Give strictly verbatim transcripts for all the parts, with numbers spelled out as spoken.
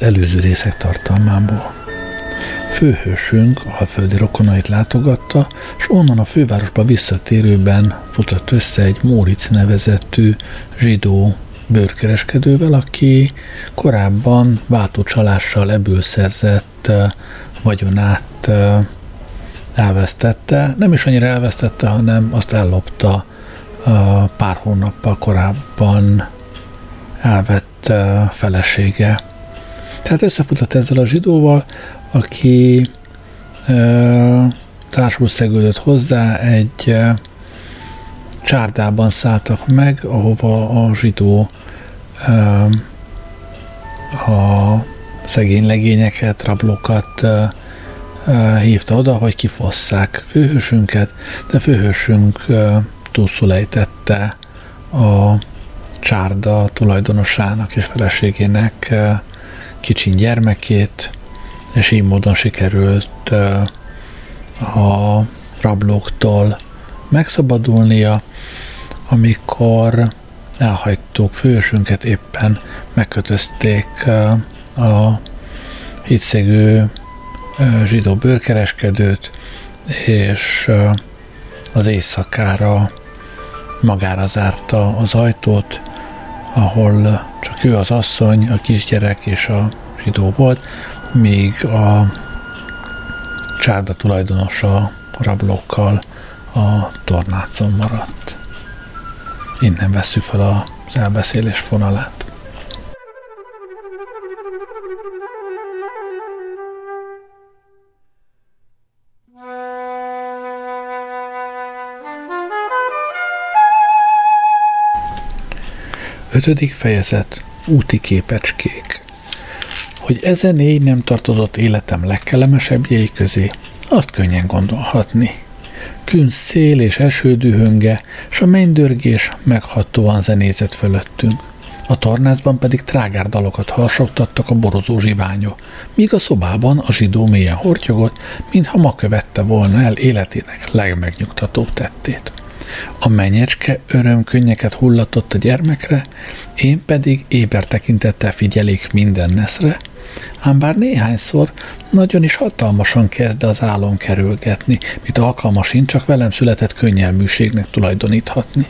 előző részek tartalmából. Főhősünk alföldi rokonait látogatta, és onnan a fővárosba visszatérőben futott össze egy Móricz nevezetű zsidó bőrkereskedővel, aki korábban váltócsalással ebből szerzett vagyonát elvesztette. Nem is annyira elvesztette, hanem azt ellopta pár hónappal korábban elvett felesége. Tehát összefutott ezzel a zsidóval, aki társul szegődött hozzá, egy csárdában szálltak meg, ahova a zsidó a szegény legényeket, rablókat hívta oda, hogy kifosszák főhősünket, de főhősünk túlszul ejtette a csárda tulajdonosának és feleségének kicsin gyermekét, és így módon sikerült a rablóktól megszabadulnia. Amikor elhagytuk főhősünket, éppen megkötözték a hitszegő zsidó bőrkereskedőt, és az éjszakára magára zárta az ajtót, ahol csak ő, az asszony, a kisgyerek és a zsidó volt, míg a csárda tulajdonosa a rablókkal a tornácon maradt. Innen vesszük fel az elbeszélés fonalát. Ötödik fejezet. Úti képecskék. Hogy ezen éj nem tartozott életem legkellemesebbjei közé, azt könnyen gondolhatni. Künsz szél és esődühönge, s a mennydörgés meghatóan zenézett fölöttünk. A tornácban pedig trágár dalokat harsogtattak a borozó zsiványok, míg a szobában a zsidó mélyen hortyogott, mintha ma követte volna el életének legmegnyugtatóbb tettét. A mennyecske örömkönnyeket hullatott a gyermekre, én pedig éber tekintettel figyelék minden neszre, ám bár néhányszor nagyon is hatalmasan kezd az álom kerülgetni, mit alkalma sincs csak velem született könnyelműségnek tulajdoníthatni.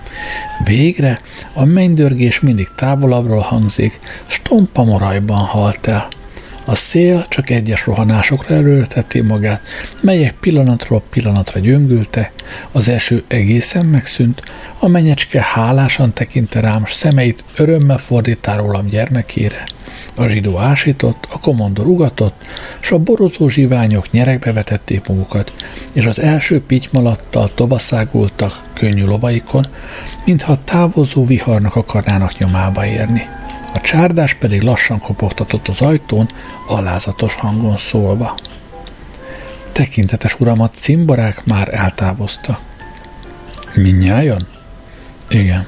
Végre a mennydörgés mindig távolabbról hangzik, s tompa morajban halt el. A szél csak egyes rohanásokra erőlteti magát, melyek pillanatról pillanatra gyöngültek, az első egészen megszűnt, a mennyecske hálásan tekinte rám, s szemeit örömmel fordítá rólam gyermekére. A zsidó ásított, a kommandor ugatott, s a borozó zsiványok nyerekbe vetették magukat, és az első pitymalattal tovaszágultak könnyű lovaikon, mintha távozó viharnak akarnának nyomába érni. A csárdás pedig lassan kopogtatott az ajtón, alázatos hangon szólva. Tekintetes uramat, cimborák már eltávoztak. Mindnyájan? Igen.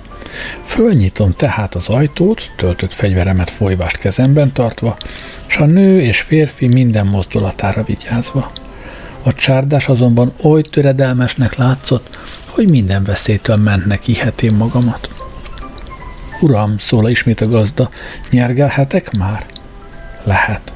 Fölnyitom tehát az ajtót, töltött fegyveremet folyvást kezemben tartva, s a nő és férfi minden mozdulatára vigyázva. A csárdás azonban oly töredelmesnek látszott, hogy minden veszélytől mentnek hihetém magamat. Uram, szól ismét a gazda, nyergelhetek már? Lehet.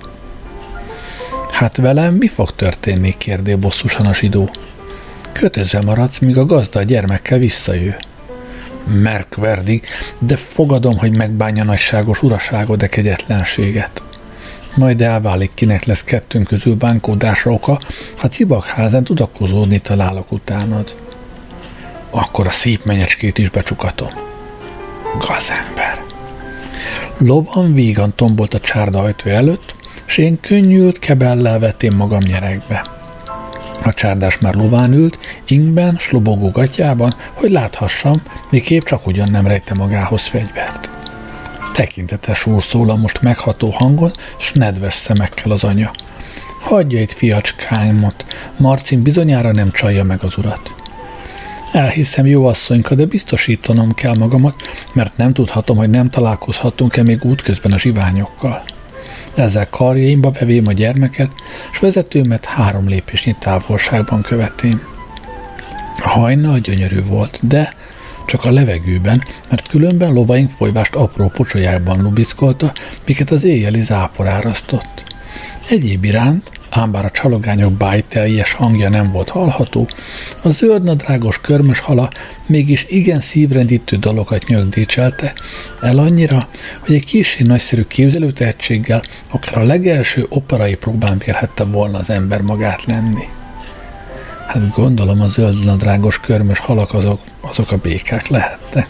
Hát velem mi fog történni? Kérdé bosszusan a zsidó. Kötözve maradsz, míg a gazda a gyermekkel visszajő. Merkverdig, de fogadom, hogy megbánja nagyságos uraságod de kegyetlenséget. Majd elválik, kinek lesz kettőnk közül bánkódásra oka, ha Cibakházen tudakozódni találok utánad. Akkor a szép menyecskét is becsukatom. Gazember. Lovan vígan tombolt a csárda ajtó előtt, s én könnyült kebellel vettem magam nyerekbe. A csárdás már lován ült, ingben, s lobogó gatyában, hogy láthassam, miképp csak ugyan nem rejte magához fegyvert. Tekintetes szól a most megható hangon, s nedves szemekkel az anya. Hagyja itt, fiacskámot, Marcin bizonyára nem csalja meg az urat. Elhiszem, jó asszonyka, de biztosítanom kell magamat, mert nem tudhatom, hogy nem találkozhatunk-e még útközben a zsiványokkal. Ezzel karjaimba vevém a gyermeket, s vezetőmet három lépésnyi távolságban követém. A hajnal gyönyörű volt, de csak a levegőben, mert különben lovaink folyvást apró pocsolyákban lubiszkolta, miket az éjjeli zápor árasztott. Egyéb iránt, ám bár a csalogányok bájteljes hangja nem volt hallható, a zöldnadrágos körmös hala mégis igen szívrendítő dalokat nyögdécselte, el annyira, hogy egy kissé nagyszerű képzelőtehetséggel akár a legelső operai próbán vélhette volna az ember magát lenni. Hát gondolom a zöldnadrágos körmös halak azok, azok a békák lehettek.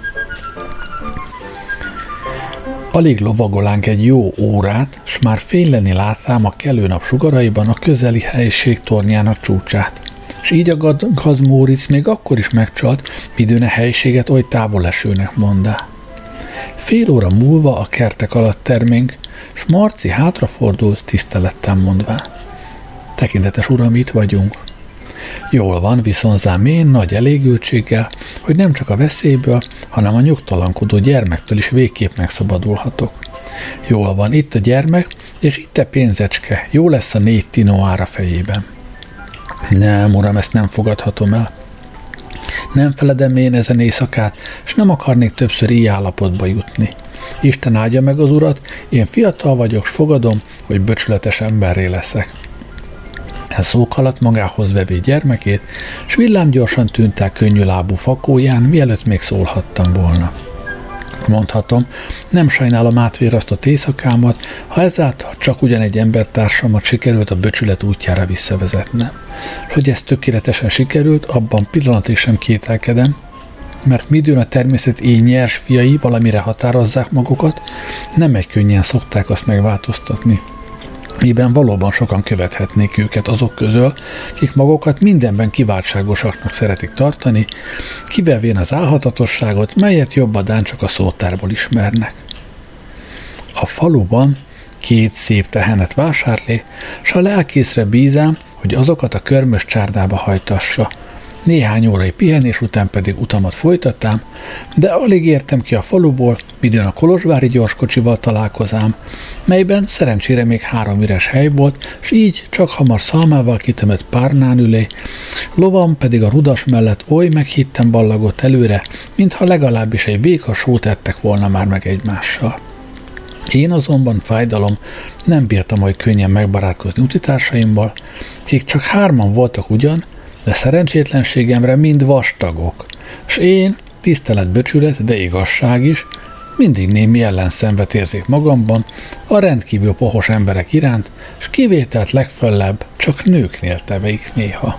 Alig lovagolánk egy jó órát, s már fényleni látám a kelő nap sugaraiban a közeli helység tornyának csúcsát. S így a gazmóric még akkor is megcsalt, midőn a helységet oly távol esőnek mondá. Fél óra múlva a kertek alatt terménk, s Marci hátrafordult tisztelettel mondvá. Tekintetes uram, itt vagyunk. Jól van, viszont zám én nagy elégültséggel, hogy nem csak a veszélyből, hanem a nyugtalankodó gyermektől is végképp megszabadulhatok. Jól van, itt a gyermek, és itt a pénzecske, jó lesz a négy tinó ára fejében. Nem, uram, ezt nem fogadhatom el. Nem feledem én ezen éjszakát, és nem akarnék többször így állapotba jutni. Isten áldja meg az urat, én fiatal vagyok, s fogadom, hogy böcsületes emberré leszek. Ez szók alatt magához vevé gyermekét, s villámgyorsan tűnt el könnyűlábú fakóján, mielőtt még szólhattam volna. Mondhatom, nem sajnálom átvérasztott éjszakámat, ha ezáltal csak ugyan egy embertársamat sikerült a böcsület útjára visszavezetnem. Hogy ez tökéletesen sikerült, abban pillanatig sem kételkedem, mert midőn a természet így nyers fiai valamire határozzák magukat, nem egy könnyen szokták azt megváltoztatni. Miben valóban sokan követhetnék őket azok közül, kik magukat mindenben kiváltságosaknak szeretik tartani, kivevén az álhatatosságot, melyet jobbadán csak a szótárból ismernek. A faluban két szép tehenet vásárlé, s a lelkészre bízám, hogy azokat a körmös csárdába hajtassa. Néhány órai pihenés után pedig utamat folytatám, de alig értem ki a faluból, midőn a kolozsvári gyorskocsival találkozám, melyben szerencsére még három üres hely volt, s így csak hamar szalmával kitömött párnán ülé, lovam pedig a rudas mellett oly meghitten ballagott előre, mintha legalábbis egy véka sót ettek volna már meg egymással. Én azonban fájdalom, nem bírtam oly könnyen megbarátkozni utitársaimmal, kik csak hárman voltak ugyan, de szerencsétlenségemre mind vastagok, s én, tisztelet, böcsület, de igazság is, mindig némi ellenszenvet érzék magamban a rendkívül pohos emberek iránt, s kivételt legfeljebb csak nőknél teveik néha.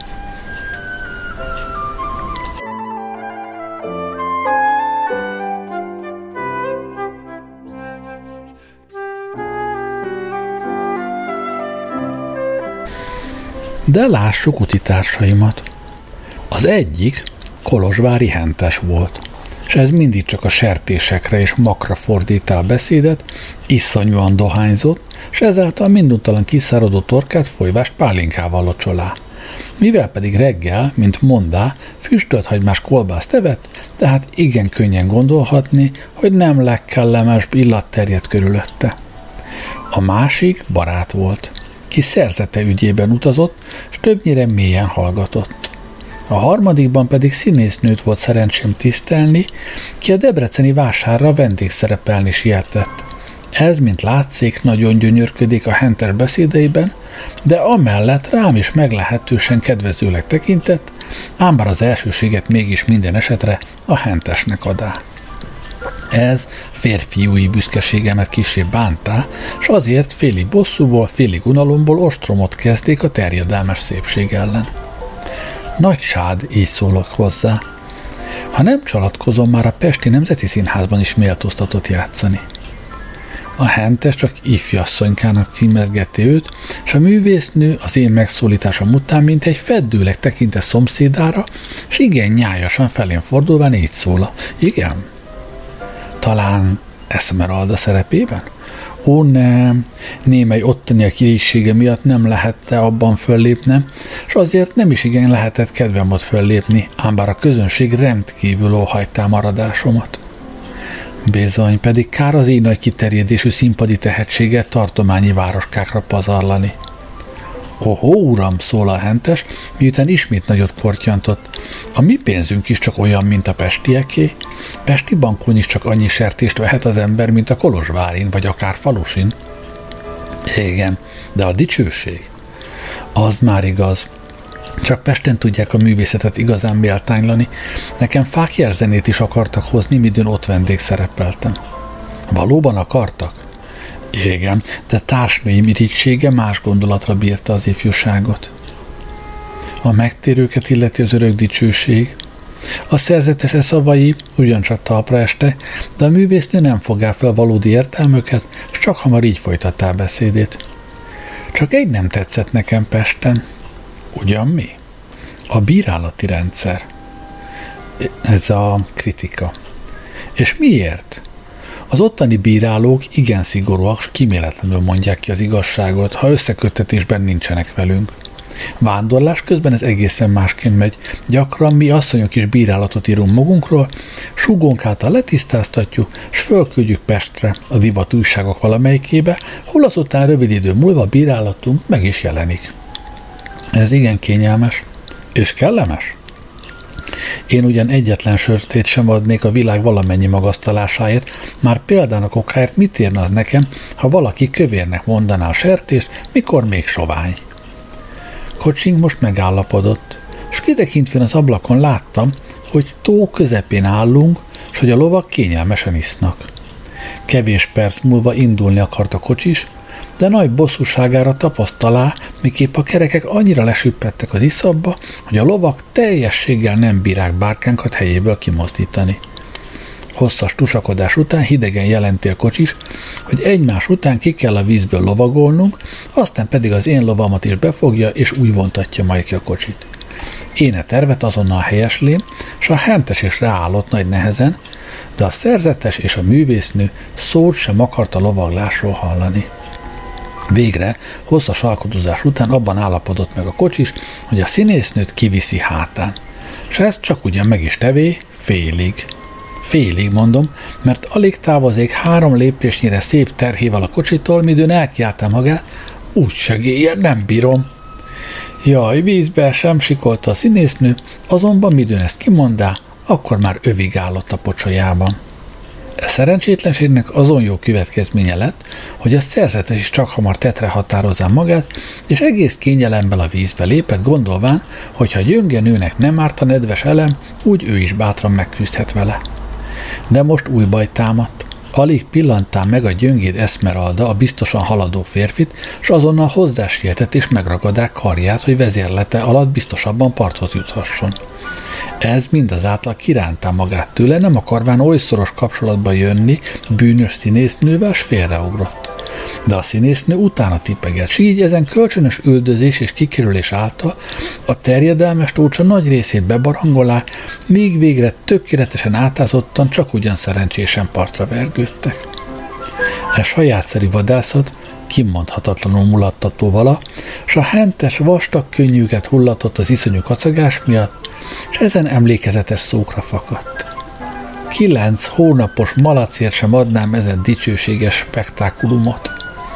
De lássuk utitársaimat. Az egyik kolozsvári hentes volt, és ez mindig csak a sertésekre és makra fordítá a beszédet, iszonyúan dohányzott, és ezáltal minduntalan kiszáradó torkát folyvást pálinkával locsolá. Mivel pedig reggel, mint mondá, füstölt hagymás kolbászt evett, tehát igen könnyen gondolhatni, hogy nem legkellemes illat terjedt körülötte. A másik barát volt, ki szerzete ügyében utazott, s többnyire mélyen hallgatott. A harmadikban pedig színésznőt volt szerencsém tisztelni, ki a debreceni vásárra vendégszerepelni sietett. Ez, mint látszik, nagyon gyönyörködik a hentes beszédeiben, de amellett rám is meglehetősen kedvezőleg tekintett, ám bár az elsőséget mégis minden esetre a hentesnek adá. Ez férfiúi büszkeségemet kissé bántá, s azért félig bosszúból, félig unalomból ostromot kezdték a terjedelmes szépség ellen. Nagy csád, így szólok hozzá. Ha nem csalatkozom, már a Pesti Nemzeti Színházban is méltóztatott játszani. A hentes csak ifjasszonykának címezgette őt, és a művésznő az én megszólításom után mint egy feddőleg tekintett szomszédára, s igen nyájasan felén fordulván így szóla. Igen? Talán Esmeralda szerepében? Ó, nem, némely ottani a kirívsége miatt nem lehette abban föllépnem, és azért nem is igen lehetett kedvem ott föllépni, ám bár a közönség rendkívül óhajtá maradásomat. Bizony, pedig kár az így nagy kiterjedésű színpadi tehetséget tartományi városkákra pazarlani. Ohó, uram, szól a hentes, miután ismét nagyot kortyantott. A mi pénzünk is csak olyan, mint a pestieké. Pesti bankon is csak annyi sertést vehet az ember, mint a Kolozsvárin, vagy akár Falusin. Igen, de a dicsőség? Az már igaz. Csak Pesten tudják a művészetet igazán méltánylani. Nekem fákjerzenét is akartak hozni, midőn ott vendég szerepeltem. Valóban akartak? Igen, de társnőim irítsége más gondolatra bírta az ifjúságot. A megtérőket illeti az örök dicsőség. A szerzetes szavai ugyancsak talpra este, de a művésznő nem fogá fel valódi értelmüket, s csak hamar így folytatta beszédét. Csak egy nem tetszett nekem Pesten. Ugyan mi? A bírálati rendszer. Ez a kritika. És miért? Az ottani bírálók igen szigorúak, s kíméletlenül mondják ki az igazságot, ha összeköttetésben nincsenek velünk. Vándorlás közben ez egészen másként megy. Gyakran mi asszonyok is bírálatot írunk magunkról, súgónk által letisztáztatjuk, s fölküldjük Pestre, a divat újságok valamelyikébe, hol azután rövid idő múlva a bírálatunk meg is jelenik. Ez igen kényelmes. És kellemes? Én ugyan egyetlen sörtét sem adnék a világ valamennyi magasztalásáért, már példának okáért mit érne az nekem, ha valaki kövérnek mondaná a sertést, mikor még sovány. Kocsink most megállapodott, s kitekintve az ablakon láttam, hogy tó közepén állunk, s hogy a lovak kényelmesen isznak. Kevés perc múlva indulni akart a kocsis, de nagy bosszúságára tapasztalá, miképp a kerekek annyira lesüppettek az iszapba, hogy a lovak teljességgel nem bírák bárkánkat helyéből kimozdítani. Hosszas tusakodás után hidegen jelenti a kocsis, hogy egymás után ki kell a vízből lovagolnunk, aztán pedig az én lovamat is befogja, és úgy vontatja majd ki a kocsit. Én a tervet azonnal helyeslém, s a hentes is ráállott nagy nehezen, de a szerzetes és a művésznő szót sem akart a lovaglásról hallani. Végre, hosszas alkudozás után abban állapodott meg a kocsis, hogy a színésznőt kiviszi hátán. S ezt csak ugyan meg is tevé, félig. Félig mondom, mert alig távozik három lépésnyire szép terhével a kocsitól, midőn elkiáltál magát, úgy segélyen, nem bírom. Jaj, vízbe sem sikolta a színésznő, azonban midőn ezt kimondá, akkor már övig állott a pocsolyában. A szerencsétlenségnek azon jó következménye lett, hogy a szerzetes is csak hamar tetre határozzá magát, és egész kényelemből a vízbe lépett, gondolván, hogy ha gyönge nőnek nem árt a nedves elem, úgy ő is bátran megküzdhet vele. De most új baj támadt. Alig pillantán meg a gyöngéd Esmeralda a biztosan haladó férfit, s azonnal hozzásietett és megragadák karját, hogy vezérlete alatt biztosabban parthoz juthasson. Ez mindazáltal kirántá magát tőle, nem akarván oly szoros kapcsolatba jönni bűnös színésznővel, s félreugrott. De a színésznő utána tipeget, s így ezen kölcsönös üldözés és kikerülés által a terjedelmes tócsa nagy részét bebarangolá, míg végre tökéletesen átázottan csak ugyan szerencsésen partra vergődtek. E sajátszerű vadászat kimondhatatlanul mulattató vala, s a hentes vastag könnyűket hullatott az iszonyú kacagás miatt, és ezen emlékezetes szókra fakadt. Kilenc hónapos malacért sem adnám ezen dicsőséges spektákulumot.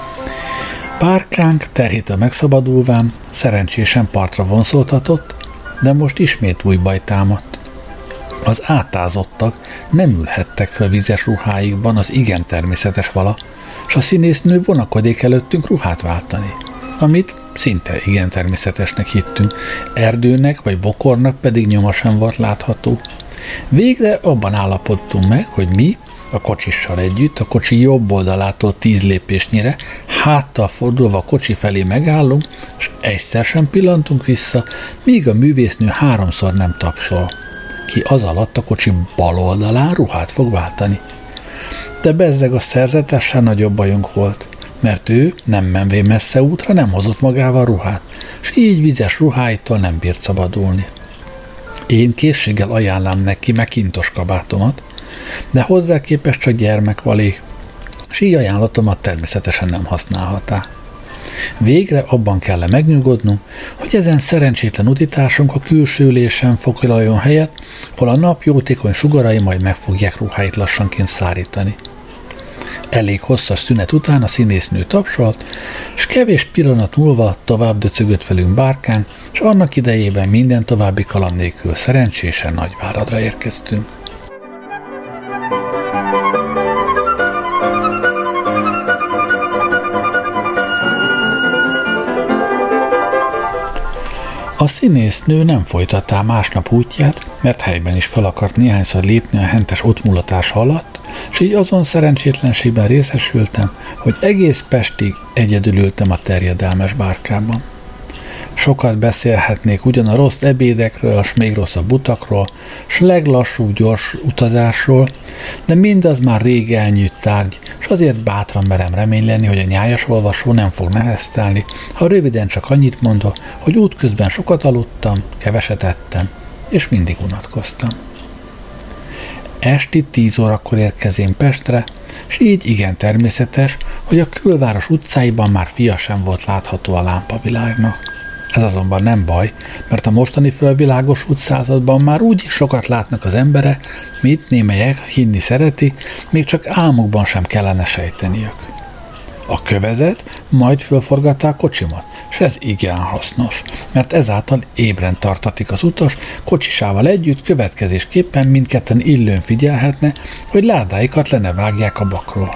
Párkánk terhétől megszabadulván szerencsésen partra vonszoltatott, de most ismét új baj támadt. Az átázottak nem ülhettek fel vizes ruháikban az igen természetes vala, s a színésznő vonakodék előttünk ruhát váltani, amit szinte igen természetesnek hittünk, erdőnek vagy bokornak pedig nyoma sem volt látható. Végre abban állapodtunk meg, hogy mi, a kocsissal együtt, a kocsi jobb oldalától tíz lépésnyire, háttal fordulva a kocsi felé megállunk, és egyszer sem pillantunk vissza, míg a művésznő háromszor nem tapsol, ki az alatt a kocsi bal oldalán ruhát fog váltani. De bezzeg a szerzetessel nagyobb bajunk volt, mert ő nem menvén messze útra nem hozott magával ruhát, s így vizes ruháitól nem bírt szabadulni. Én készséggel ajánlám neki megintos kabátomat, de hozzá képest csak gyermekvalék, s így ajánlatomat természetesen nem használhatá. Végre abban kell megnyugodnunk, hogy ezen szerencsétlen utitársunk a külső ülésen foglaljon helyet, hol a nap jótékony sugarai majd meg fogják ruháit lassanként szárítani. Elég hosszas szünet után a színésznő tapsolt, és kevés pillanat múlva tovább döcögött velünk bárkán, és annak idejében minden további kaland nélkül szerencsésen Nagyváradra érkeztünk. A színésznő nem folytatta másnap útját, mert helyben is fel akart néhányszor lépni a hentes ottmulatása alatt, és így azon szerencsétlenségben részesültem, hogy egész Pestig egyedül ültem a terjedelmes bárkában. Sokat beszélhetnék ugyan a rossz ebédekről, s még rosszabb utakról, s leglassúbb gyors utazásról, de mindaz már rég elnyűjt tárgy, s azért bátran merem reményleni, hogy a nyájas olvasó nem fog neheztelni, ha röviden csak annyit mondok, hogy útközben sokat aludtam, keveset ettem, és mindig unatkoztam. Esti tíz órakor érkezém Pestre, s így igen természetes, hogy a külváros utcáiban már fia sem volt látható a lámpavilágnak. Ez azonban nem baj, mert a mostani fölvilágosult században már úgy is sokat látnak az emberek, mit némelyek hinni szereti, még csak álmukban sem kellene sejteniük. A kövezet majd fölforgatta a kocsimat, és ez igen hasznos, mert ezáltal ébren tartatik az utas, kocsisával együtt következésképpen mindketten illőn figyelhetne, hogy ládáikat le ne vágják a bakról.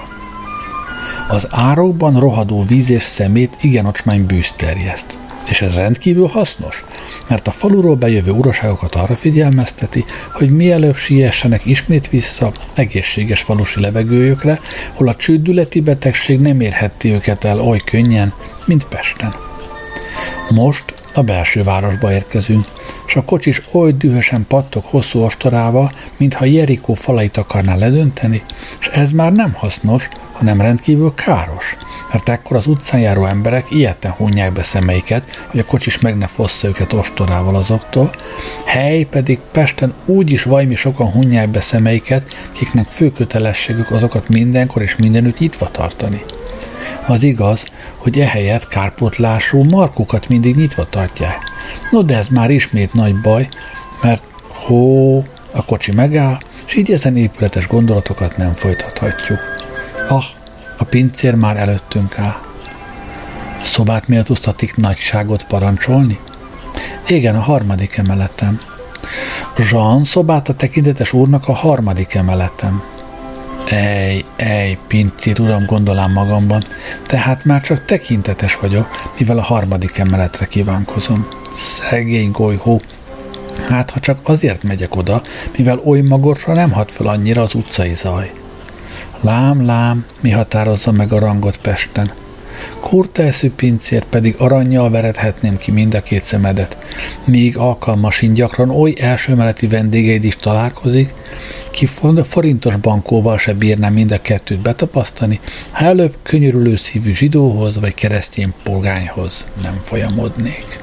Az árokban rohadó víz és szemét igen ocsmány bűz terjeszt. És ez rendkívül hasznos, mert a faluról bejövő uraságokat arra figyelmezteti, hogy mielőbb siessenek ismét vissza egészséges falusi levegőjükre, hol a csődületi betegség nem érheti őket el oly könnyen, mint Pesten. Most a belső városba érkezünk, és a kocsis oly dühösen pattog hosszú ostorával, mintha Jerikó falait akarná ledönteni, és ez már nem hasznos, hanem rendkívül káros, mert ekkor az utcán járó emberek ilyetten hunják be szemeiket, hogy a kocsis meg ne fossza őket ostorával azoktól, hely pedig Pesten úgyis vajmi sokan hunják be szemeiket, kiknek fő kötelességük azokat mindenkor és mindenütt nyitva tartani. Az igaz, hogy ehelyett kárpótlású markukat mindig nyitva tartják. No, de ez már ismét nagy baj, mert hó, a kocsi megáll, és így ezen épületes gondolatokat nem folytathatjuk. Ah, a pincér már előttünk áll. Szobát méltóztatik nagyságot parancsolni? Igen, a harmadik emeletem. Jean szobát a tekintetes úrnak a harmadik emeletem. Ej, ej, pincér uram, gondolám magamban, tehát már csak tekintetes vagyok, mivel a harmadik emeletre kívánkozom. Szegény golyhó. Hát, ha csak azért megyek oda, mivel oly magasra nem hat fel annyira az utcai zaj. Lám, lám, mi határozza meg a rangot Pesten. Kurta eszű pincér, pedig arannyal veredhetném ki mind a két szemedet, míg alkalmasin gyakran oly elsőmeleti vendégeid is találkozik, ki forintos bankóval se bírná mind a kettőt betapasztani, ha előbb könyörülő szívű zsidóhoz vagy keresztény polgányhoz nem folyamodnék.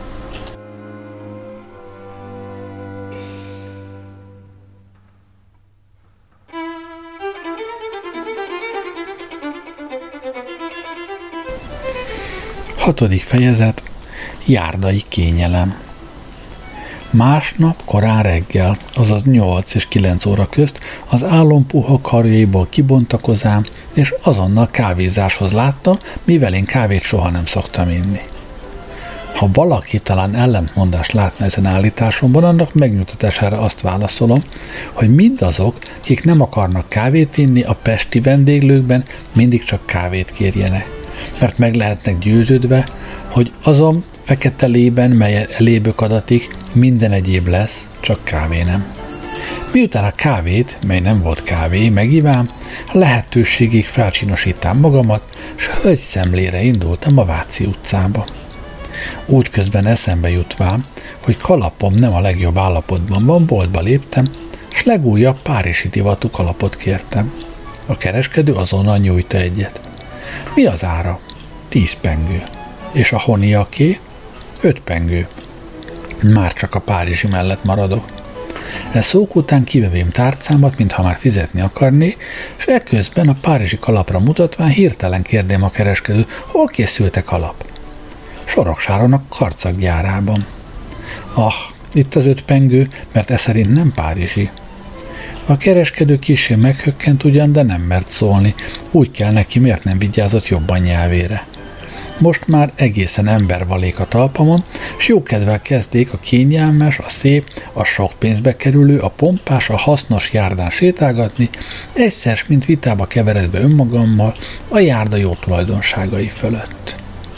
Hatodik fejezet. Járdai kényelem. Másnap korán reggel, azaz nyolc és kilenc óra közt az álompuha karjaiból kibontakozám, és azonnal kávézáshoz láttam, mivel én kávét soha nem szoktam inni. Ha valaki talán ellentmondást látna ezen állításomban, annak megnyugtatására azt válaszolom, hogy mindazok, kik nem akarnak kávét inni, a pesti vendéglőkben mindig csak kávét kérjenek, mert meg lehetnek győződve, hogy azon fekete lében, mely elébök adatik, minden egyéb lesz, csak kávé nem. Miután a kávét, mely nem volt kávé, megivám, lehetőségig felcsinosítám magamat, s hölgy szemlére indultam a Váci utcába. Útközben eszembe jutván, hogy kalapom nem a legjobb állapotban van, boltba léptem, s legújabb párizsi divatú kalapot kértem. A kereskedő azonnal nyújta egyet. Mi az ára? Tíz pengő. És a honiaké? Öt pengő. Már csak a párizsi mellett maradok. E szók után kivevém tárcámat, mintha már fizetni akarné, és ekközben a párizsi kalapra mutatván hirtelen kérdém a kereskedő, hol készült a kalap? Soroksáron a karcag gyárában. Ah, itt az öt pengő, mert e szerint nem párizsi. A kereskedő kissé meghökkent ugyan, de nem mert szólni. Úgy kell neki, miért nem vigyázott jobban nyelvére. Most már egészen embervalék a talpamon, s jókedvel kezdték a kényelmes, a szép, a sok pénzbe kerülő, a pompás, a hasznos járdán sétálgatni, egyszer, mint vitába keveredve önmagammal a járda jó tulajdonságai fölött.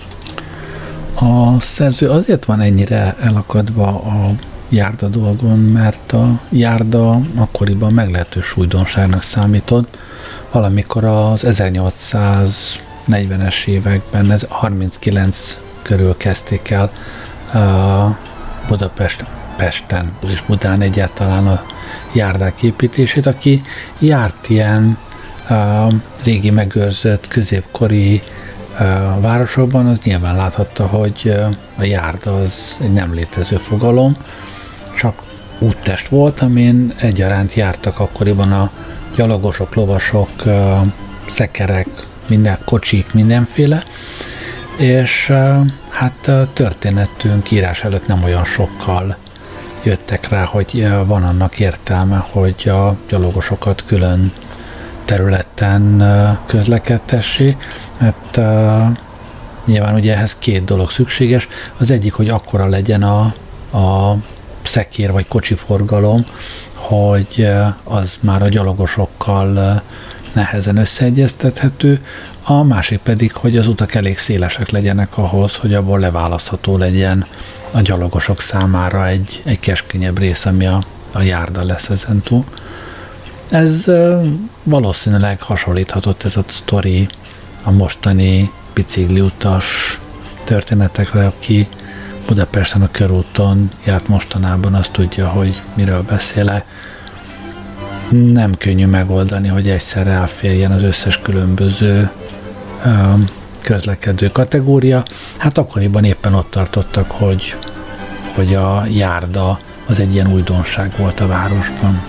A szerző azért van ennyire elakadva a járda dolgon, mert a járda akkoriban meglehetős újdonságnak számított. Valamikor az ezernyolcszáznegyvenes években, ez harminckilenc körül kezdték el uh, Budapest, Pesten és Budán egyáltalán a járdák építését, aki járt ilyen uh, régi megőrzött középkori uh, városokban, az nyilván láthatta, hogy uh, a járda az egy nem létező fogalom, csak úttest volt, amin egyaránt jártak akkoriban a gyalogosok, lovasok, uh, szekerek, minden kocsik, mindenféle, és uh, hát a történetünk írás előtt nem olyan sokkal jöttek rá, hogy uh, van annak értelme, hogy a gyalogosokat külön területen uh, közlekedtessé, mert uh, nyilván ugye ehhez két dolog szükséges. Az egyik, hogy akkora legyen a, a szekér vagy kocsiforgalom, hogy uh, az már a gyalogosokkal uh, nehezen összeegyeztethető, a másik pedig, hogy az utak elég szélesek legyenek ahhoz, hogy abból leválasztható legyen a gyalogosok számára egy, egy keskenyebb rész, ami a, a járda lesz ezentúl. Ez uh, valószínűleg hasonlíthatott ez a sztori a mostani bicikliutas történetekre, aki Budapesten a körúton járt mostanában, azt tudja, hogy miről beszél-e. Nem könnyű megoldani, hogy egyszerre elférjen az összes különböző ö, közlekedő kategória. Hát akkoriban éppen ott tartottak, hogy, hogy a járda az egy ilyen újdonság volt a városban.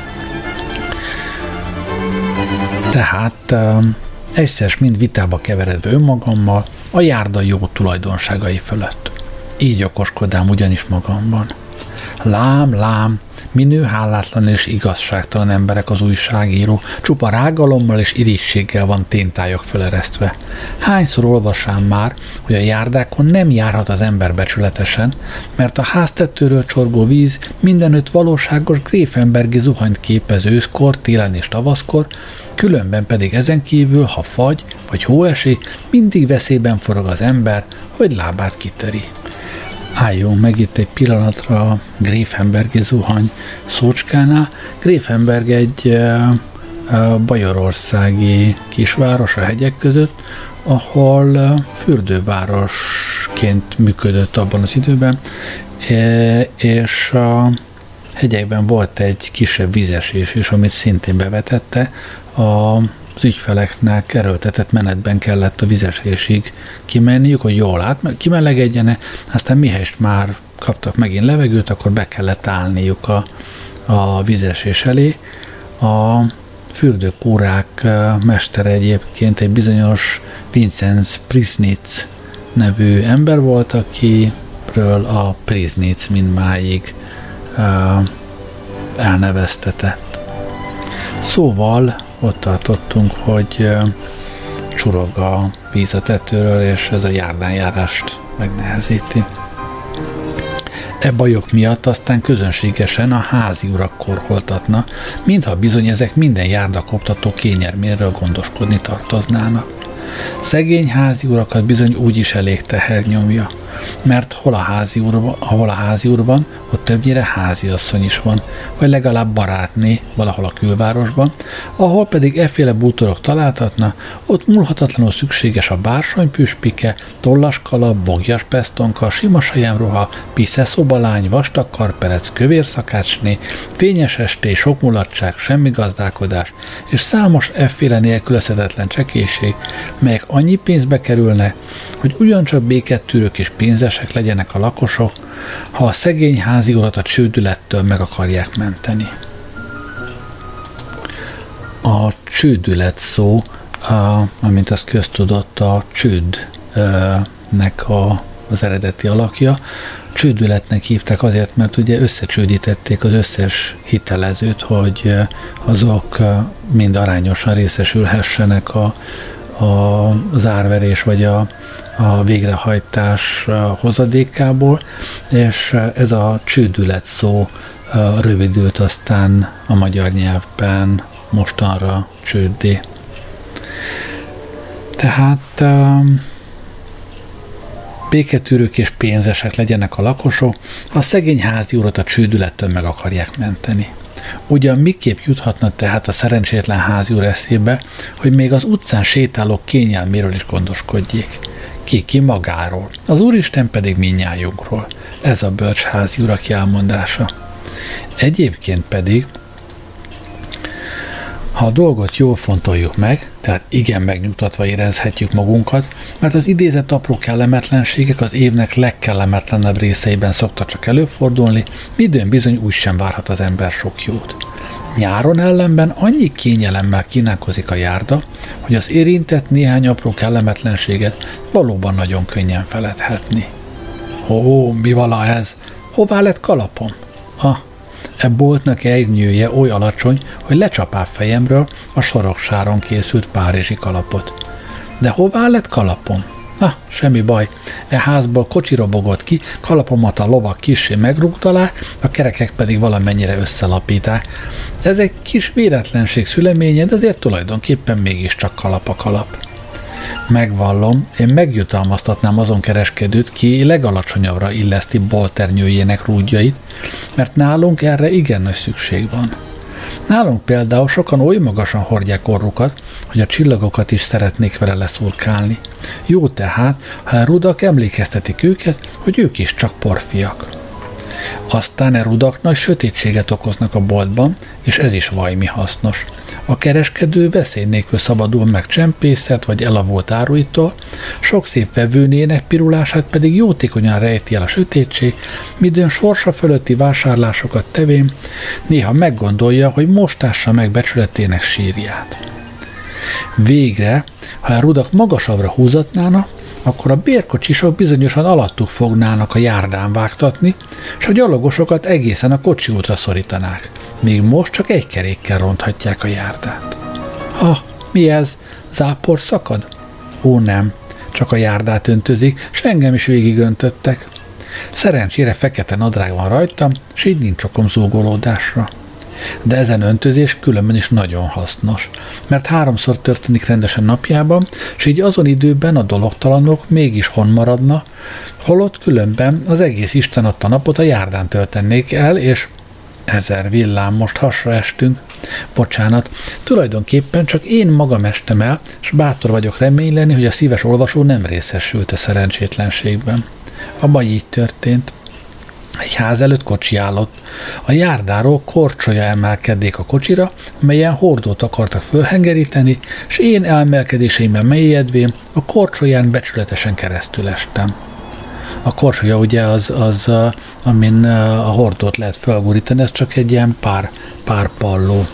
Tehát ö, egyszer mind vitába keveredve önmagammal a járda jó tulajdonságai fölött. Így okoskodám ugyanis magamban. Lám, lám, minő hálátlan és igazságtalan emberek az újságíró, csupa rágalommal és irigységgel van téntályok föleresztve. Hányszor olvasám már, hogy a járdákon nem járhat az ember becsületesen, mert a háztetőről csorgó víz mindenütt valóságos Gräfenbergi zuhanyt képez őszkor, télen és tavaszkor, különben pedig ezen kívül, ha fagy vagy hó esik, mindig veszélyben forog az ember, hogy lábát kitöri. Álljunk meg itt egy pillanatra a Gräfenbergi zuhany szócskánál. Gräfenberg egy e, e, bajorországi kisváros a hegyek között, ahol e, fürdővárosként működött abban az időben, e, és a hegyekben volt egy kisebb vízesés is, amit szintén bevetette. A az ügyfeleknek erőltetett menetben kellett a vizesésig kimenniük, hogy jól át, kimelegedjenek, aztán mihelyest már kaptak megint levegőt, akkor be kellett állniuk a, a vizesés elé. A fürdőkúrák mestere egyébként egy bizonyos Vincenz Prisnitz nevű ember volt, akiről a Prisnitz mindmáig uh, elneveztetett. Szóval ott tartottunk, hogy csurog a víz a tetőről, és ez a járdánjárást megnehezíti. E bajok miatt aztán közönségesen a házi urak korholtatna, mintha bizony ezek minden járdakoptató kényelméről gondoskodni tartoznának. Szegény házi urakat bizony úgyis elég teher nyomja, mert hol a házi úr van, ahol a házi úr van, ott többnyire háziasszony is van, vagy legalább barátné valahol a külvárosban, ahol pedig efféle bútorok találtatna, ott múlhatatlanul szükséges a bársonypüspike, tollaskalap, bogjas pestonka, sima sajemruha, pisze szobalány, vastag karperec, kövér szakácsné, fényes esté, sok mulatság, semmi gazdálkodás, és számos efféle nélkülözhetetlen csekéség, melyek annyi pénzbe kerülnek, hogy ugyancsak békettűrők és pénzesek legyenek a lakosok, ha a szegény házi urat a csődülettől meg akarják menteni. A csődület szó, a, amint az köztudott, a csődnek a az eredeti alakja. Csődületnek hívták azért, mert ugye összecsődítették az összes hitelezőt, hogy azok mind arányosan részesülhessenek a, a, az árverés vagy a, a végrehajtás hozadékából, és ez a csődület szó rövidült aztán a magyar nyelvben mostanra csőddé. Tehát béketűrők és pénzesek legyenek a lakosok, a szegény házi urat a csődülettől meg akarják menteni. Ugyan miképp juthatna tehát a szerencsétlen házi úr eszébe, hogy még az utcán sétálók kényelméről is gondoskodjék. Ki ki magáról, az Úristen pedig mindnyájunkról. Ez a bölcs házi urak elmondása. Egyébként pedig, ha a dolgot jól fontoljuk meg, tehát igen megnyugtatva érezhetjük magunkat, mert az idézett apró kellemetlenségek az évnek legkellemetlenebb részeiben szoktak csak előfordulni, midőn bizony úgy sem várhat az ember sok jót. Nyáron ellenben annyi kényelemmel kínálkozik a járda, hogy az érintett néhány apró kellemetlenséget valóban nagyon könnyen feledhetni. Ó, mi vala ez? Hová lett kalapom? Ah, e boltnak ernyője oly alacsony, hogy lecsapál fejemről a soroksáron készült párizsi kalapot. De hová lett kalapom? Ah, semmi baj, e házból kocsi robogott ki, kalapomat a lovak kissé megrúgtalák, a kerekek pedig valamennyire összelapíták. Ez egy kis véletlenség szüleménye, de azért tulajdonképpen mégiscsak kalap a kalap. Megvallom, én megjutalmaztatnám azon kereskedőt, ki legalacsonyabbra illeszti bolternyőjének rúdjait, mert nálunk erre igen nagy szükség van. Nálunk például sokan oly magasan hordják orrukat, hogy a csillagokat is szeretnék vele leszurkálni. Jó tehát, ha a rudak emlékeztetik őket, hogy ők is csak porfiak. Aztán e rudak nagy sötétséget okoznak a boltban, és ez is vajmi hasznos. A kereskedő veszély nélkül szabadul meg csempészet vagy elavult áruitól, sok szép vevőnének pirulását pedig jótékonyan rejti el a sötétség, midőn sorsa fölötti vásárlásokat tevén, néha meggondolja, hogy mostássa meg becsületének sírját. Végre, ha a rudak magasabbra húzatnána, akkor a bérkocsisok bizonyosan alattuk fognának a járdán vágtatni, és a gyalogosokat egészen a kocsi útra szorítanák. Még most csak egy kerékkel ronthatják a járdát. Ha, mi ez? Zápor szakad? Ó, nem, csak a járdát öntözik, s engem is végigöntöttek. Szerencsére fekete nadrág van rajtam, s így nincs okom zúgolódásra. De ezen öntözés különben is nagyon hasznos, mert háromszor történik rendesen napjában, és így azon időben a dologtalanok mégis hon maradna, holott különben az egész Isten adta napot a járdán töltenék el, és ezer villám, most hasra estünk. Bocsánat, tulajdonképpen csak én magam estem el, és bátor vagyok reményleni, hogy a szíves olvasó nem részesült a szerencsétlenségben. Abban így történt. Egy ház előtt kocsi állott. A járdáról korcsolya emelkedék a kocsira, melyen hordót akartak fölhengeríteni, és én elmelkedéseimben mélyedvén a korcsolyán becsületesen keresztül estem. A korcsolya ugye az, az amin a hordót lehet felgurítani, ez csak egy ilyen pár, pár palló.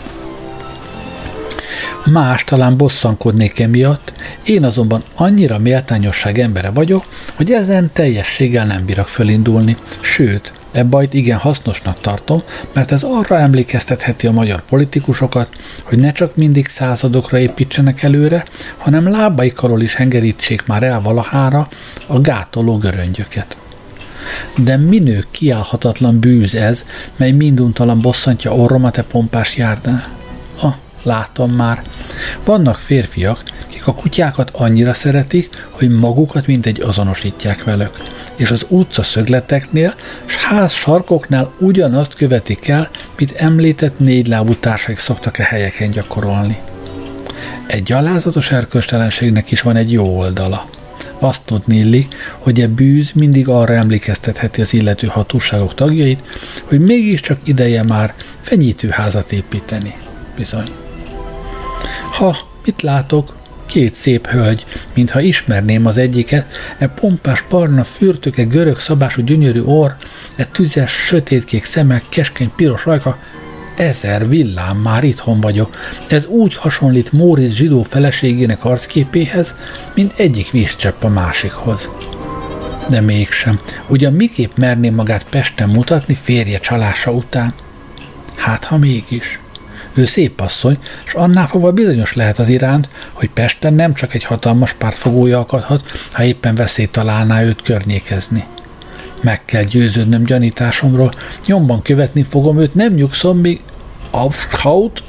Más talán bosszankodnék emiatt, én azonban annyira méltányosság embere vagyok, hogy ezen teljességgel nem bírok fölindulni, sőt, e bajt igen hasznosnak tartom, mert ez arra emlékeztetheti a magyar politikusokat, hogy ne csak mindig századokra építsenek előre, hanem lábaik alól is hengerítsék már el valahára a gátoló göröngyöket. De minő kiállhatatlan bűz ez, mely minduntalan bosszantja orromat e pompás járdán. Ah, látom már. Vannak férfiak, akik a kutyákat annyira szeretik, hogy magukat mintegy azonosítják velük, és az utca szögleteknél s ház sarkoknál ugyanazt követik el, mint említett négylábú társaik szoktak e helyeken gyakorolni. Egy gyalázatos erkölcstelenségnek is van egy jó oldala. Azt tudni illik, hogy e bűz mindig arra emlékeztetheti az illető hatóságok tagjait, hogy mégiscsak ideje már fenyítőházat építeni. Bizony. Ha, mit látok? Két szép hölgy, mintha ismerném az egyiket, e pompás barna fürtöke, görög szabású gyönyörű orr, e tüzes, sötétkék szemek, keskeny piros ajka, ezer villám, már itthon vagyok. Ez úgy hasonlít Móricz zsidó feleségének arcképéhez, mint egyik vízcsepp a másikhoz. De mégsem. Ugyan miképp merné magát Pesten mutatni férje csalása után? Hát, ha mégis. Ő szép asszony, s annál fogva bizonyos lehet az iránt, hogy Pesten nem csak egy hatalmas pártfogója akadhat, ha éppen veszély találná őt környékezni. Meg kell győződnöm gyanításomról, nyomban követni fogom őt, nem nyugszom, míg Aufschaut.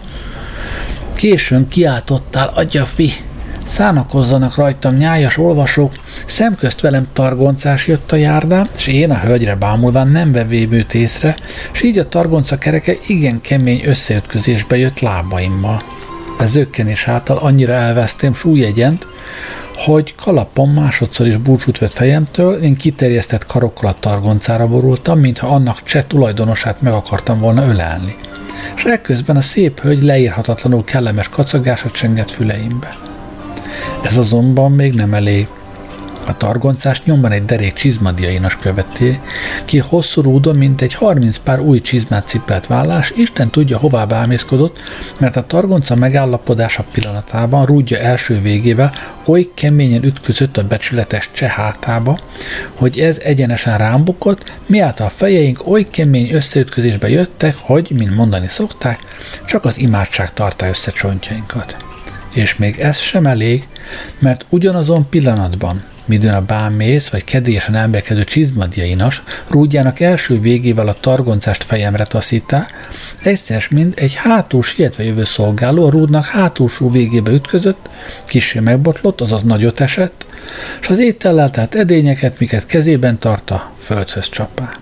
Későn kiáltottál, atyafi! Szánakozzanak rajtam nyájas olvasók, szemközt velem targoncás jött a járdán, és én a hölgyre bámulván nem vevém őt észre, s így a targonca kereke igen kemény összeütközésbe jött lábaimmal. A zökkenés által annyira elvesztem súlyegyent, hogy kalapom másodszor is búcsút vett fejemtől, én kiterjesztett karokkal a targoncára borultam, mintha annak cseh tulajdonosát meg akartam volna ölelni. És ekközben a szép hölgy leírhatatlanul kellemes kacagása csengett füleimbe. Ez azonban még nem elég. A targoncás nyomban egy derék csizmadiainas követé, ki hosszú rúdon, mint egy harminc pár új csizmát cipelt vállás, Isten tudja, hová bámészkodott, mert a targonca megállapodása pillanatában rúdja első végével oly keményen ütközött a becsületes cseh hátába, hogy ez egyenesen rám bukott, miáltal a fejeink oly kemény összeütközésbe jöttek, hogy, mint mondani szokták, csak az imádság tartá össze csontjainkat. És még ez sem elég, mert ugyanazon pillanatban, midőn a bámész vagy kedélyesen elmélkedő csizmadiainas rúdjának első végével a targoncást fejemre taszítá, egyszer mind egy hátul sietve jövő szolgáló a rúdnak hátulsó végébe ütközött, kissé megbotlott, azaz nagyot esett, s az étellel telt edényeket, miket kezében tartta, földhöz csapá.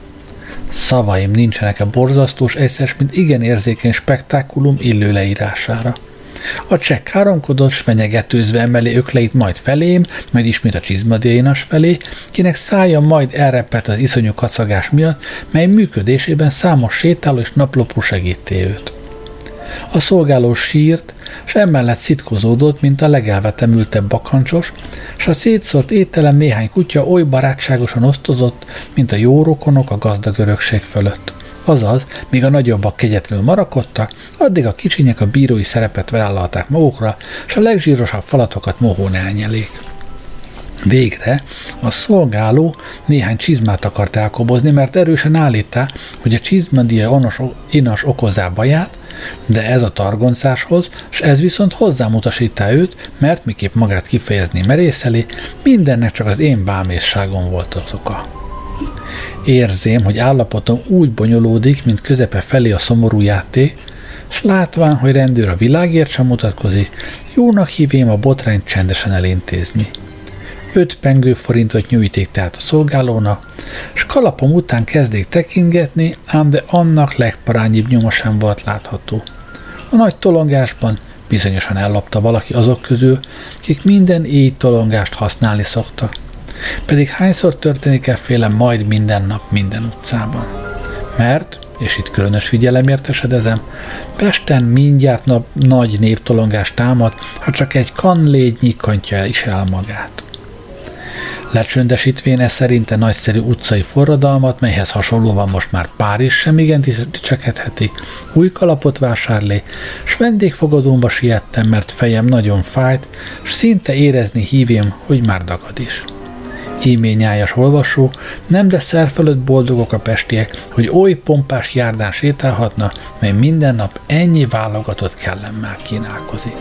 Szavaim nincsenek a borzasztós, egyszer mind igen érzékeny spektákulum illő leírására. A cseh káromkodott, s fenyegetőzve emeli ökleit majd felém, majd ismét a csizmadiainas felé, kinek szája majd elreppett az iszonyú kacagás miatt, mely működésében számos sétáló és naplopó segíté őt. A szolgáló sírt, s emellett szitkozódott, mint a legelvetemültebb bakancsos, s a szétszórt ételem néhány kutya oly barátságosan osztozott, mint a jó rokonok a gazdag örökség fölött. Azaz, míg a nagyobbak kegyetlenül marakodtak, addig a kicsinyek a bírói szerepet vállalták magukra, s a legzsírosabb falatokat mohón elnyelik. Végre a szolgáló néhány csizmát akart elkobozni, mert erősen állítá, hogy a csizmadia onos, inas okozá baját, de ez a targoncáshoz, s ez viszont hozzámutasítá őt, mert miképp magát kifejezni merészeli, mindennek csak az én bámészságom volt az oka. Érzém, hogy állapotom úgy bonyolódik, mint közepe felé a szomorú játék, s látván, hogy rendőr a világért sem mutatkozik, jónak hívém a botrányt csendesen elintézni. Öt pengő forintot nyújték tehát a szolgálónak, s kalapom után kezdték tekintgetni, ám de annak legparányibb nyoma sem volt látható. A nagy tolongásban bizonyosan ellopta valaki azok közül, kik minden éj tolongást használni szoktak. Pedig hányszor történik efféle majd minden nap minden utcában. Mert, és itt különös figyelemért esedezem, Pesten mindjárt nap nagy néptolongás támad, ha csak egy kanlégy nyikantja is el magát. Lecsöndesítvén e szerinte nagyszerű utcai forradalmat, melyhez hasonlóan most már Párizs sem igen dicsekedhetik, új kalapot vásárlé, s vendégfogadómba siettem, mert fejem nagyon fájt, s szinte érezni hívém, hogy már dagad is. Ímé nyájas olvasó, nem de szer fölött boldogok a pestiek, hogy oly pompás járdán sétálhatna, mely minden nap ennyi válogatott kellemmel kínálkozik.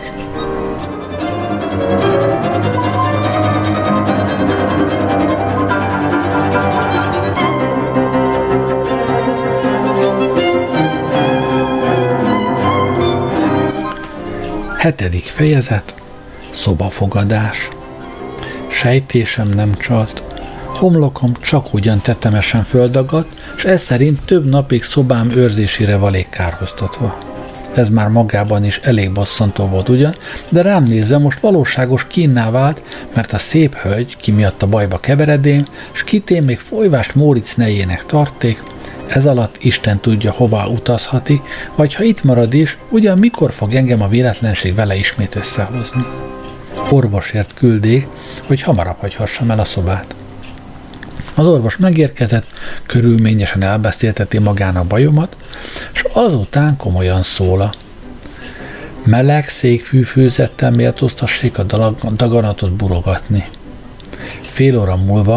Hetedik fejezet. Szobafogadás. Sejtésem nem csalt. Homlokom csak ugyan tetemesen földagadt, s ez szerint több napig szobám őrzésére valék kárhoztatva. Ez már magában is elég bosszantó volt ugyan, de rám nézve most valóságos kínná vált, mert a szép hölgy, ki miatt a bajba keveredém, s kitén még folyvást Móricz nejének tarték, ez alatt Isten tudja, hová utazhati, vagy ha itt marad is, ugyan mikor fog engem a véletlenség vele ismét összehozni. Orvosért küldék, hogy hamarabb hagyhassam el a szobát. Az orvos megérkezett, körülményesen elbeszélteti magának bajomat, és azután komolyan szóla. Meleg székfűfőzettel méltóztassék a daganatot burogatni. Fél óra múlva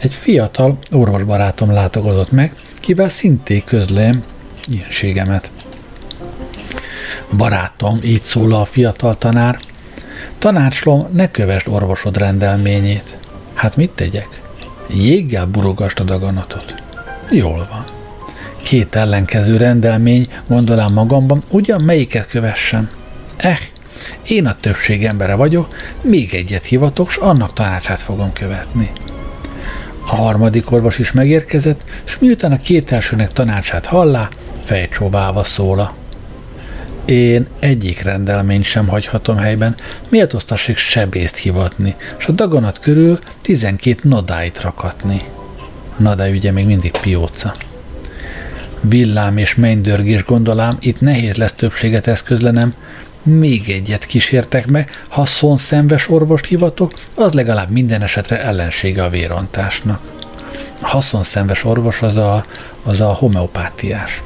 egy fiatal orvosbarátom látogatott meg, kivel szintén közlém ilyenségemet. Barátom, így szól a fiatal tanár, tanácslom, ne kövesd orvosod rendelményét. Hát mit tegyek? Jéggel burogasd a daganatot. Jól van. Két ellenkező rendelmény, gondolám magamban, ugyan melyiket kövessem? Eh, én a többség embere vagyok, még egyet hivatok, s annak tanácsát fogom követni. A harmadik orvos is megérkezett, s miután a két elsőnek tanácsát hallá, fejcsóválva szóla. Én egyik rendelményt sem hagyhatom helyben, méltóztassék sebészt hivatni, s a daganat körül tizenkét nadáit rakatni. A nadály ugye még mindig pióca. Villám és mennydörgés, gondolám, itt nehéz lesz többséget eszközlenem, még egyet kísértek meg, ha szonszenves orvost hivatok, az legalább minden esetre ellensége a vérontásnak. A haszonszenves orvos az a, az a homeopátiás.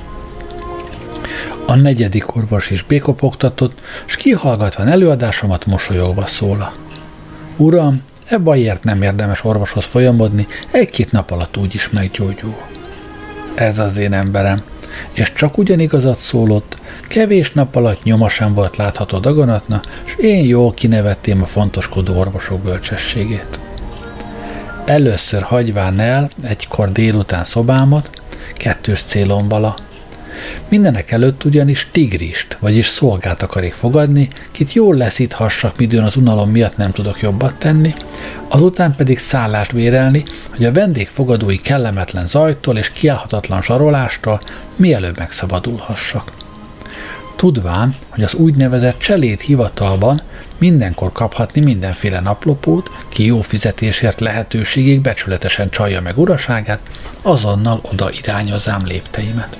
A negyedik orvos is békopogtatott, s kihallgatván előadásomat mosolyogva szóla. Uram, e bajért nem érdemes orvoshoz folyamodni, egy-két nap alatt úgyis meggyógyul. Ez az én emberem, és csak ugyanigazat szólott, kevés nap alatt nyoma sem volt látható daganatna, s én jól kinevettem a fontoskodó orvosok bölcsességét. Először hagyván el egykor délután szobámat, kettős célom vala. Mindenek előtt ugyanis tigrist, vagyis szolgát akarik fogadni, kit jól leszíthassak, midőn az unalom miatt nem tudok jobbat tenni, azután pedig szállást bérelni, hogy a vendégfogadói kellemetlen zajtól és kiállhatatlan zsarolástól mielőbb megszabadulhassak. Tudván, hogy az úgynevezett cselét hivatalban mindenkor kaphatni mindenféle naplopót, ki jó fizetésért lehetőségig becsületesen csalja meg uraságát, azonnal oda irányozám lépteimet.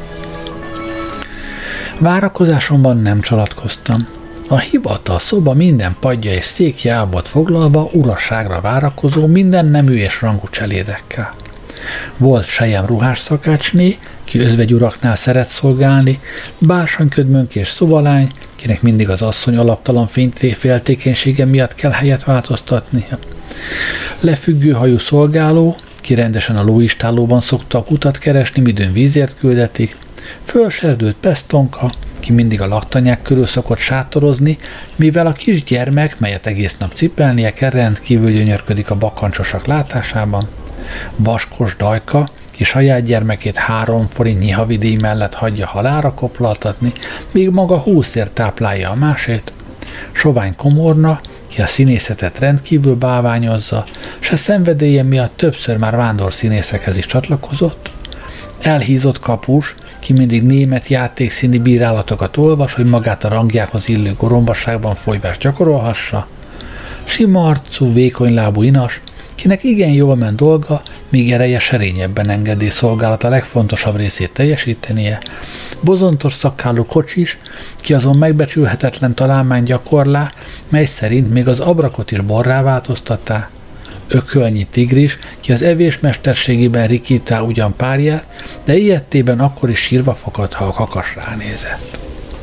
Várakozásomban nem csalatkoztam. A hivatal szoba minden padja és székje el volt foglalva uraságra várakozó minden nemű és rangú cselédekkel. Volt sejem ruhás szakácsné, ki özvegyuraknál szeret szolgálni, bársonyködmönk és szobalány, kinek mindig az asszony alaptalan féltékenysége miatt kell helyet változtatnia. Lefüggő hajú szolgáló, ki rendesen a lóistállóban szokta a kutat keresni, midőn vízért küldetik, fölserdült pesztonka, ki mindig a laktanyák körül szokott sátorozni, mivel a kisgyermek, melyet egész nap cipelnie kell, rendkívül gyönyörködik a bakancsosak látásában, vaskos dajka, ki saját gyermekét három forintnyi havidíj mellett hagyja halálra koplaltatni, míg maga húszért táplálja a másét, sovány komorna, ki a színészetet rendkívül bálványozza, se szenvedélye miatt többször már vándor színészekhez is csatlakozott, elhízott kapus, ki mindig német játékszíni bírálatokat olvas, hogy magát a rangjához illő gorombasságban folyvást gyakorolhassa, sima arcú, vékonylábú inas, kinek igen jól ment dolga, míg ereje serényebben engedi szolgálata legfontosabb részét teljesítenie, bozontos szakkálú kocsis, ki azon megbecsülhetetlen találmány gyakorlá, mely szerint még az abrakot is borrá változtattá, ökölnyi tigris, ki az evés mesterségében rikítá ugyan párját, de ilyettében akkor is sírva fakad, ha a kakas ránézett.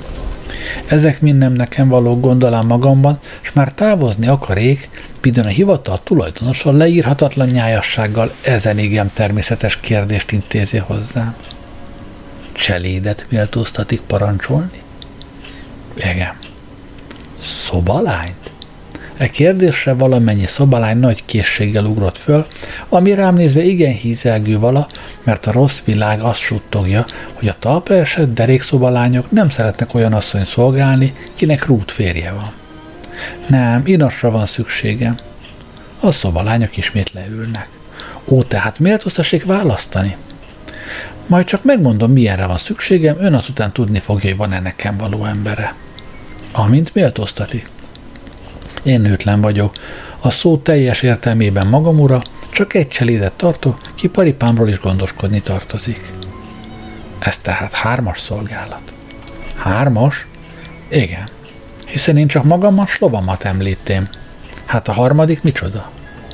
Ezek mind nem nekem való, gondolám magamban, s már távozni akarék, midőn a hivatal tulajdonosa leírhatatlan nyájassággal ezen igen természetes kérdést intézi hozzám. Cselédet méltóztatik parancsolni? Igen. Szobalányt? E kérdésre valamennyi szobalány nagy készséggel ugrott föl, ami rám nézve igen hízelgő vala, mert a rossz világ azt suttogja, hogy a talpra esett derékszobalányok nem szeretnek olyan asszony szolgálni, kinek rút férje van. Nem, inasra van szükségem. A szobalányok ismét leülnek. Ó, tehát méltóztassék választani? Majd csak megmondom, milyenre van szükségem, ön azután tudni fogja, hogy van-e nekem való embere. Amint méltóztatik. Én nőtlen vagyok, a szó teljes értelmében magam ura, csak egy cselédet tartok, ki paripámról is gondoskodni tartozik. Ez tehát hármas szolgálat. Hármas? Igen, hiszen én csak magamat, s lovamat említém. Hát a harmadik micsoda?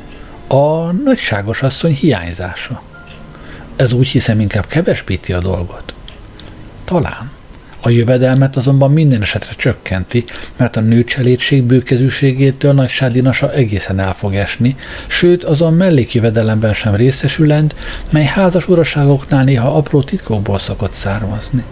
A nagyságos asszony hiányzása. Ez úgy hiszem inkább kevesbíti a dolgot. Talán. A jövedelmet azonban minden esetre csökkenti, mert a nő cselédség bőkezűségétől Nagysád Inasa egészen el fog esni, sőt azon mellékjövedelemben sem részesülend, mely házas uraságoknál néha apró titkokból szokott származni.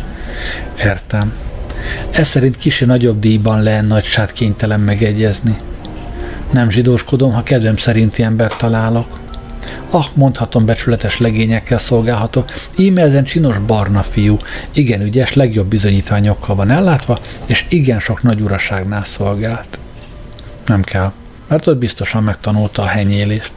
Értem. Ez szerint kicsi nagyobb díjban lehet Nagysád kénytelen megegyezni. Nem zsidóskodom, ha kedvem szerinti embert találok. Ah, mondhatom, becsületes legényekkel szolgálhatok, íme ezen csinos barna fiú, igen ügyes, legjobb bizonyítványokkal van ellátva, és igen sok nagy uraságnál szolgált. Nem kell, mert ott biztosan megtanulta a henyélést.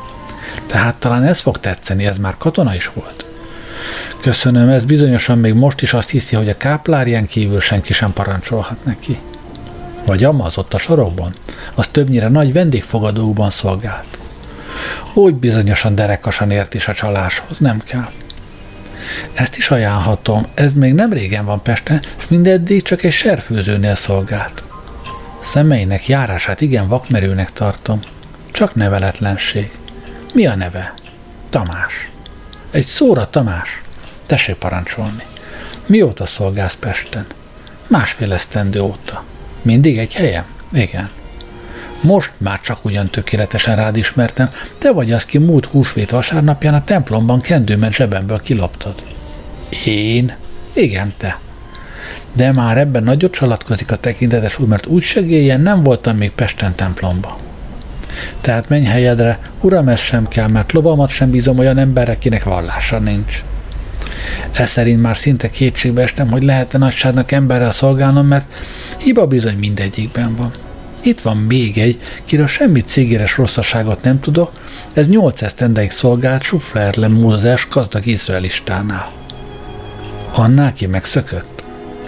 Tehát talán ez fog tetszeni, ez már katona is volt. Köszönöm, ez bizonyosan még most is azt hiszi, hogy a káplárján kívül senki sem parancsolhat neki. Vagy amazott a sarokban, az többnyire nagy vendégfogadókban szolgált. Úgy bizonyosan derekasan ért is a csaláshoz, nem kell. Ezt is ajánlhatom, ez még nem régen van Pesten, és mindeddig csak egy serfőzőnél szolgált. Szemeinek járását igen vakmerőnek tartom. Csak neveletlenség. Mi a neve? Tamás. Egy szóra Tamás. Tessék parancsolni. Mióta szolgálsz Pesten? Másfél esztendő óta. Mindig egy helyen? Igen. Most már csak ugyan tökéletesen rád ismertem, te vagy az, ki múlt húsvét vasárnapján a templomban kendőmet zsebemből kiloptad. Én? Igen, te. De már ebben nagyot csalatkozik a tekintetes úr, mert úgy segélyen nem voltam még Pesten templomban. Tehát menj helyedre, uram, ez sem kell, mert lovamat sem bízom olyan emberre, kinek vallása nincs. Ez szerint már szinte kétségbe estem, hogy lehet-e Nagyságnak emberrel szolgálnom, mert hiba bizony mindegyikben van. Itt van még egy, kiről semmi cégéres rosszaságot nem tudok, ez nyolc esztendeig szolgált Suflerle Mózes gazdag izraelistánál. Annál ki megszökött?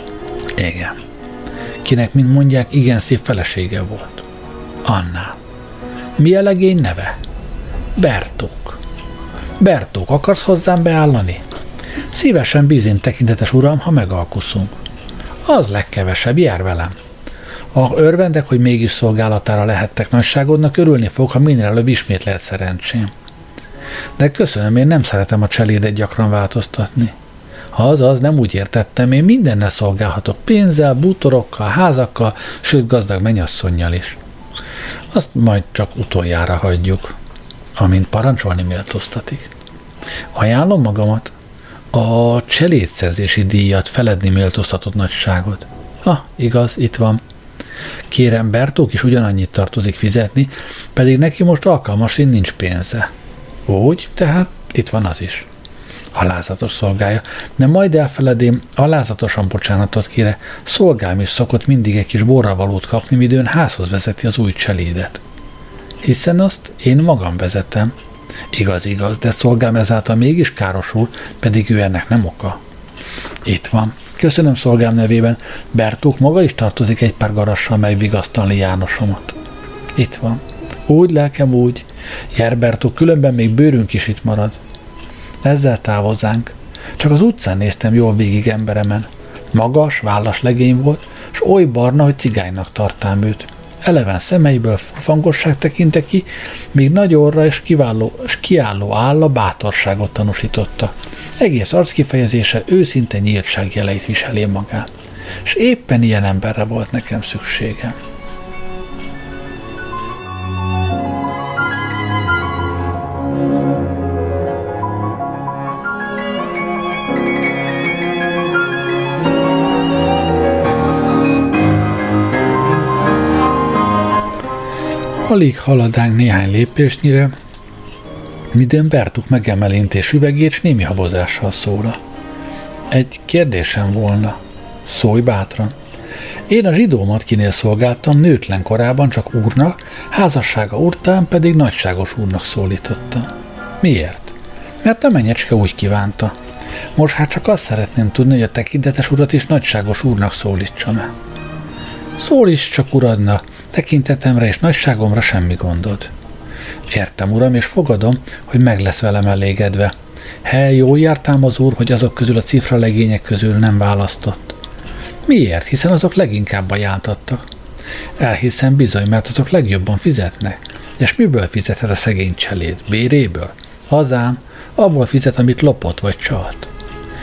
Igen. Kinek, mint mondják, igen szép felesége volt. Annál. Mi a legény neve? Bertók. Bertók, akarsz hozzám beállani? Szívesen bizony, tekintetes uram, ha megalkuszunk. Az legkevesebb, jár velem. Ha örvendek, hogy mégis szolgálatára lehettek nagyságodnak, örülni fog, ha minél előbb ismét lehet szerencsém. De köszönöm, én nem szeretem a cselédet gyakran változtatni. Ha az az, nem úgy értettem, én mindennel szolgálhatok, pénzzel, bútorokkal, házakkal, sőt gazdag mennyasszonnyal is. Azt majd csak utoljára hagyjuk, amint parancsolni méltóztatik. Ajánlom magamat a cselédszerzési díjat feledni méltóztatott nagyságod. Ha, igaz, itt van. Kérem, Bertók is ugyanannyit tartozik fizetni, pedig neki most alkalmasint nincs pénze. Úgy, tehát itt van az is. Alázatos szolgája, de majd elfeledém, alázatosan bocsánatot kére, szolgám is szokott mindig egy kis borravalót kapni, midőn házhoz vezeti az új cselédet. Hiszen azt én magam vezetem. Igaz, igaz, de szolgám ezáltal mégis károsul, pedig ő ennek nem oka. Itt van. Köszönöm szolgám nevében, Bertók maga is tartozik egy pár garassal, mely vigasztalni Jánosomat. Itt van. Úgy, lelkem, úgy. Jár Bertók, különben még bőrünk is itt marad. Ezzel távozzánk. Csak az utcán néztem jól végig emberemen. Magas, vállas legény volt, s oly barna, hogy cigánynak tartám őt. Eleven szemeiből furfangosság tekinte ki, míg nagy orra és, kiváló, és kiálló álla bátorságot tanúsította. Egész arckifejezése őszinte nyíltság jeleit viseli magán. És éppen ilyen emberre volt nekem szükségem. Alig haladánk néhány lépésnyire, midőn Bertók megemelintés üvegét, s némi habozással szóla. Egy kérdésem volna. Szólj bátran. Én a zsidómat, kinél szolgáltam, nőtlen korában csak úrnak, házassága után pedig nagyságos úrnak szólítottam. Miért? Mert a menyecske úgy kívánta. Most hát csak azt szeretném tudni, hogy a tekintetes urat is nagyságos úrnak szólítsam-e. Szólíts csak uradnak, tekintetemre és nagyságomra semmi gondod. Értem, uram, és fogadom, hogy meg lesz velem elégedve. He, jól jártám az úr, hogy azok közül a cifra legények közül nem választott. Miért? Hiszen azok leginkább ajánltattak. Elhiszem bizony, mert azok legjobban fizetnek. És miből fizethet a szegény cseléd? Béréből? Hazám, abból fizet, amit lopott vagy csalt.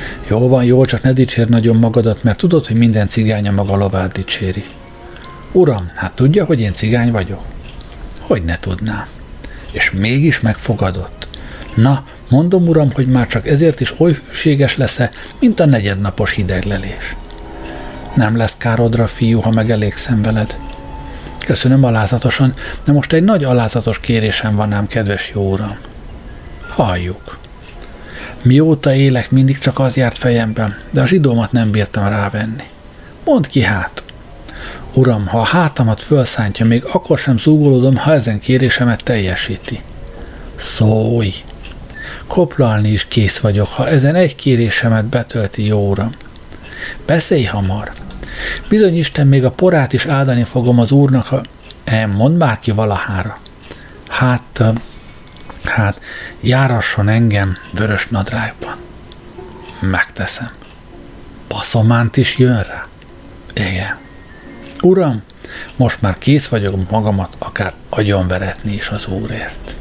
Jó van, jó, csak ne dicsér nagyon magadat, mert tudod, hogy minden cigány a maga lovát dicséri. Uram, hát tudja, hogy én cigány vagyok? Hogy ne tudnám. És mégis megfogadott. Na, mondom, uram, hogy már csak ezért is oly hűséges lesz-e, mint a negyednapos hideglelés. Nem lesz károdra, fiú, ha megelégszem veled. Köszönöm alázatosan, de most egy nagy alázatos kérésem van ám, kedves jó uram. Halljuk. Mióta élek, mindig csak az járt fejemben, de a zsidómat nem bírtam rávenni. Mondd ki hát. Uram, ha a hátamat fölszántja, még akkor sem zúgolódom, ha ezen kérésemet teljesíti. Szólj! Koplalni is kész vagyok, ha ezen egy kérésemet betölti, jó uram. Beszélj hamar! Bizony Isten, még a porát is áldani fogom az úrnak, ha... E, mondd már ki valahára. Hát, hát, járasson engem vörös nadrágban. Megteszem. Passzománt is jön rá? Igen. Uram, most már kész vagyok magamat akár agyonveretni is az úrért.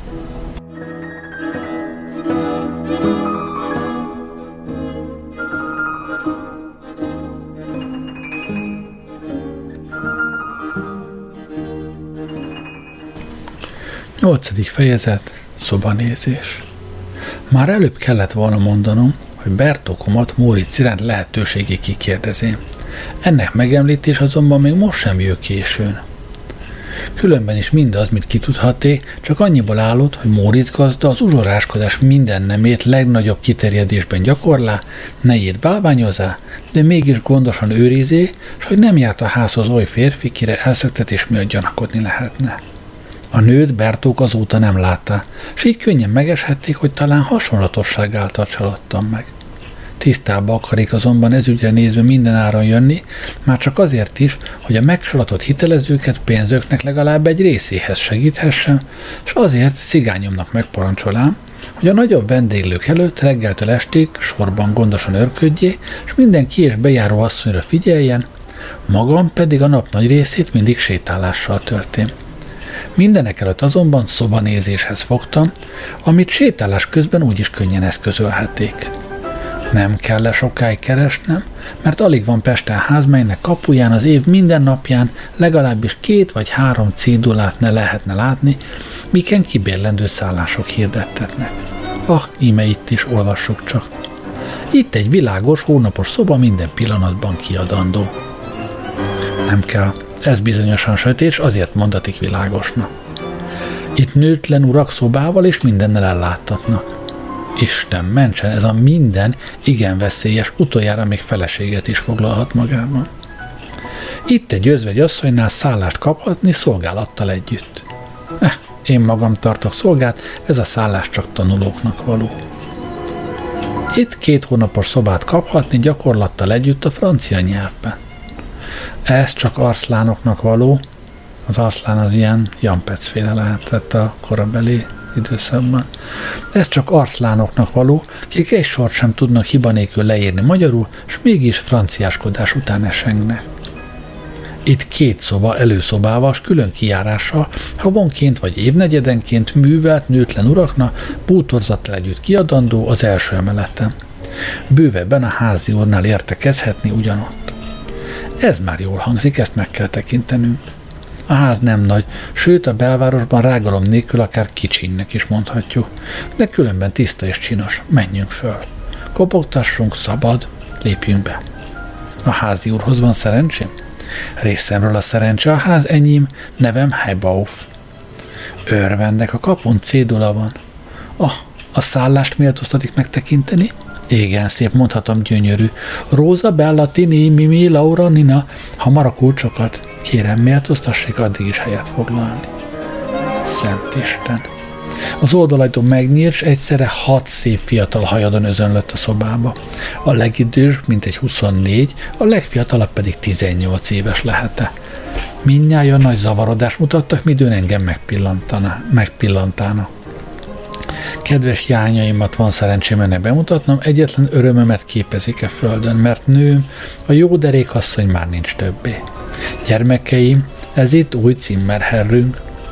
Nyolcadik fejezet, szobanézés. Már előbb kellett volna mondanom, hogy Bertókomat Móricz iránt lehetőségig kikérdezém. Ennek megemlítés azonban még most sem jön későn. Különben is mindaz, mit kitudhaté, csak annyiból állott, hogy Móricz gazda az uzsoráskodás minden nemét legnagyobb kiterjedésben gyakorlá, nejét bálványozá, de mégis gondosan őrizé, s hogy nem járt a házhoz oly férfi, kire elszöktetés miatt gyanakodni lehetne. A nőt Bertók azóta nem látta, s így könnyen megeshették, hogy talán hasonlatosság által csalódtam meg. Tisztába akarik azonban ezügyre nézve minden áron jönni, már csak azért is, hogy a megcsalatott hitelezőket pénzöknek legalább egy részéhez segíthessen, és azért cigányomnak megparancsolám, hogy a nagyobb vendéglők előtt reggeltől estig sorban gondosan örködjé, és mindenki és bejáró asszonyra figyeljen, magam pedig a nap nagy részét mindig sétálással töltém. Mindenek előtt azonban szobanézéshez fogtam, amit sétálás közben úgyis könnyen eszközölhették. Nem kell le sokáig keresnem, mert alig van Pesten ház, melynek kapuján az év minden napján legalábbis két vagy három cédulát ne lehetne látni, miken kibérlendő szállások hirdettetnek. Ah, íme itt is olvassuk csak. Itt egy világos, hónapos szoba minden pillanatban kiadandó. Nem kell, ez bizonyosan sötét, és azért mondatik világosnak. Itt nőtlen urak szobával és mindennel elláttatnak. Isten mentsen, ez a minden igen veszélyes, utoljára még feleséget is foglalhat magában. Itt egy özvegy asszonynál szállást kaphatni szolgálattal együtt. Eh, én magam tartok szolgát, ez a szállás csak tanulóknak való. Itt két hónapos szobát kaphatni gyakorlattal együtt a francia nyelvben. Ez csak arszlánoknak való, az arszlán az ilyen Jampecféle lehetett a korabeli időszakban. Ez csak arszlánoknak való, kik egy sort sem tudnak hiba nélkül leírni magyarul, s mégis franciáskodás után esengnek. Itt két szoba előszobával, s külön kijárással, havonként vagy évnegyedenként művelt nőtlen uraknak bútorzattal együtt kiadandó az első emeleten. Bővebben a házi úrnál értekezhetni ugyanott. Ez már jól hangzik, ezt meg kell tekintenünk. A ház nem nagy, sőt a belvárosban rágalom nélkül akár kicsinnek is mondhatjuk, de különben tiszta és csinos, menjünk föl. Kopogtassunk, szabad, lépjünk be. A házi úrhoz van szerencsém? Részemről a szerencse, a ház enyém, nevem Heibauf. Örvendek, a kapun cédula van. Ah, a szállást méltóztatik megtekinteni? Igen, szép, mondhatom, gyönyörű. Róza, Bella, Tini, Mimi, Laura, Nina, hamar a kulcsokat. Kérem, méltóztassék addig is helyet foglalni. Szent Isten! Az oldalajtó megnyílt, s egyszerre hat szép fiatal hajadon özönlött a szobába. A legidős, mintegy huszonnégy, a legfiatalabb pedig tizennyolc éves lehette. Mindnyájan nagy zavarodást mutattak, midőn engem megpillantának. Kedves jányaimat van szerencsém ennek bemutatnom, egyetlen örömömet képezik e földön, mert nőm, a jó derékasszony már nincs többé. Gyermekeim, ez itt új cimmerherrünk.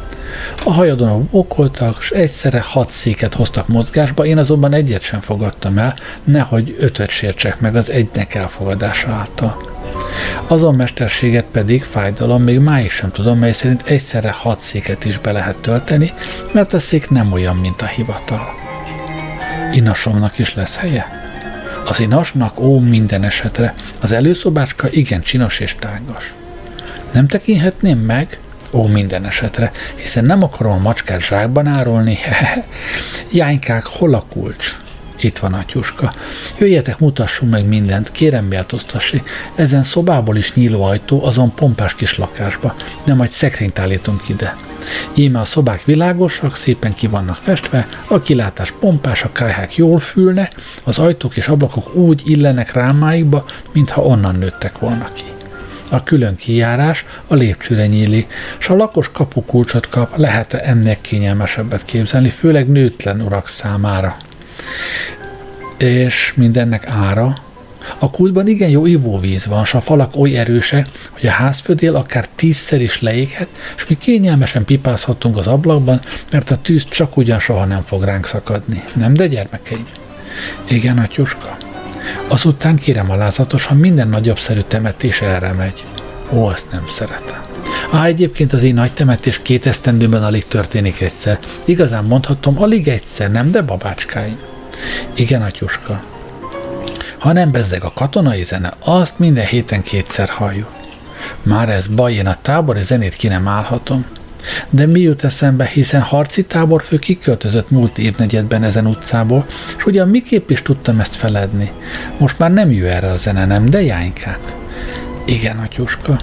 A hajadonok okoltak, s egyszerre hat széket hoztak mozgásba, én azonban egyet sem fogadtam el, nehogy ötöt sértsek meg az egynek elfogadása által. Azon mesterséget pedig, fájdalom, még máig sem tudom, mely szerint egyszerre hat széket is be lehet tölteni, mert a szék nem olyan, mint a hivatal. Inasomnak is lesz helye? Az inasnak, ó, minden esetre, az előszobácska igen csinos és tágas. Nem tekinthetném meg? Ó, minden esetre, hiszen nem akarom a macskát zsákban árulni. Jánykák, hol a kulcs? Itt van, atyuska. Jöjjetek, mutassunk meg mindent, kérem méltóztassi. Ezen szobából is nyíló ajtó, azon pompás kis lakásba. De majd szekrényt állítunk ide. Íme a szobák világosak, szépen ki vannak festve, a kilátás pompás, a kályhák jól fülne, az ajtók és ablakok úgy illenek rámáikba, mintha onnan nőttek volna ki. A külön kijárás a lépcsőre nyílik, s a lakos kapukulcsot kap, lehet-e ennek kényelmesebbet képzelni, főleg nőtlen urak számára. És mindennek ára. A kútban igen jó ivóvíz van, s a falak oly erősek, hogy a házfödél akár tízszer is leéghet, és mi kényelmesen pipázhatunk az ablakban, mert a tűz csak ugyan soha nem fog ránk szakadni. Nem, de gyermekeim? Igen, atyuska. Azután kérem alázatosan, minden nagyobbszerű temetés erre megy. Ó, azt nem szeretem. Á, egyébként az én nagy temetés két esztendőben alig történik egyszer. Igazán mondhatom, alig egyszer, nem, de babácskáim. Igen, atyuska. Ha nem bezzeg a katonai zene, azt minden héten kétszer halljuk. Már ez baj, én a tábori zenét ki nem állhatom. De mi jut eszembe, hiszen harci táborfő kiköltözött múlt évnegyedben ezen utcából, és ugyan miképp is tudtam ezt feledni. Most már nem jön erre a zene, nem, de jánykák? Igen, atyuska.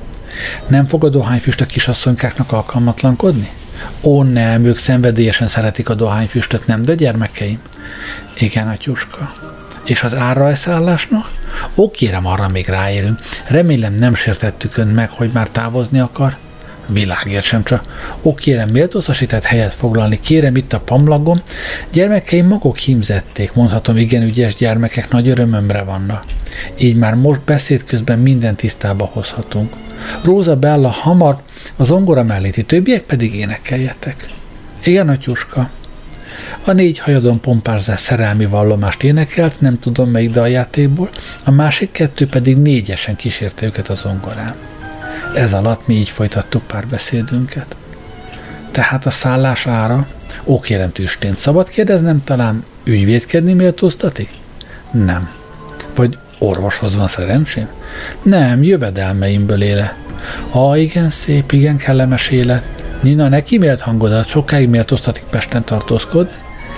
Nem fog a dohányfüst a kisasszonykáknak alkalmatlankodni? Ó, nem, ők szenvedélyesen szeretik a dohányfüstöt, nem, de gyermekeim? Igen, atyuska. És az ára e szállásnak? Ó, kérem, arra még ráérünk. Remélem nem sértettük önt meg, hogy már távozni akar? Világért sem csak. Ó, kérem, méltóztasített helyet foglalni, kérem itt a pamlagom. Gyermekeim maguk hímzették, mondhatom, igen ügyes gyermekek, nagy örömömre vannak. Így már most beszéd közben minden tisztába hozhatunk. Róza Bella hamar az zongora melléti, többiek pedig énekeljetek. Igen, atyuska. A négy hajadon pompárzás szerelmi vallomást énekelt, nem tudom melyik daljátékból, a másik kettő pedig négyesen kísérte őket a zongorán. Ez alatt mi így folytattuk párbeszédünket. Tehát a szállás ára, ó, kérem tüstént, szabad kérdeznem, talán ügyvédkedni méltóztatik? Nem. Vagy orvoshoz van szerencsém? Nem, jövedelmeimből éle. Ah, igen szép, igen kellemes élet. Nina, ne kimélt hangodat, sokáig méltóztatik Pesten tartózkodni?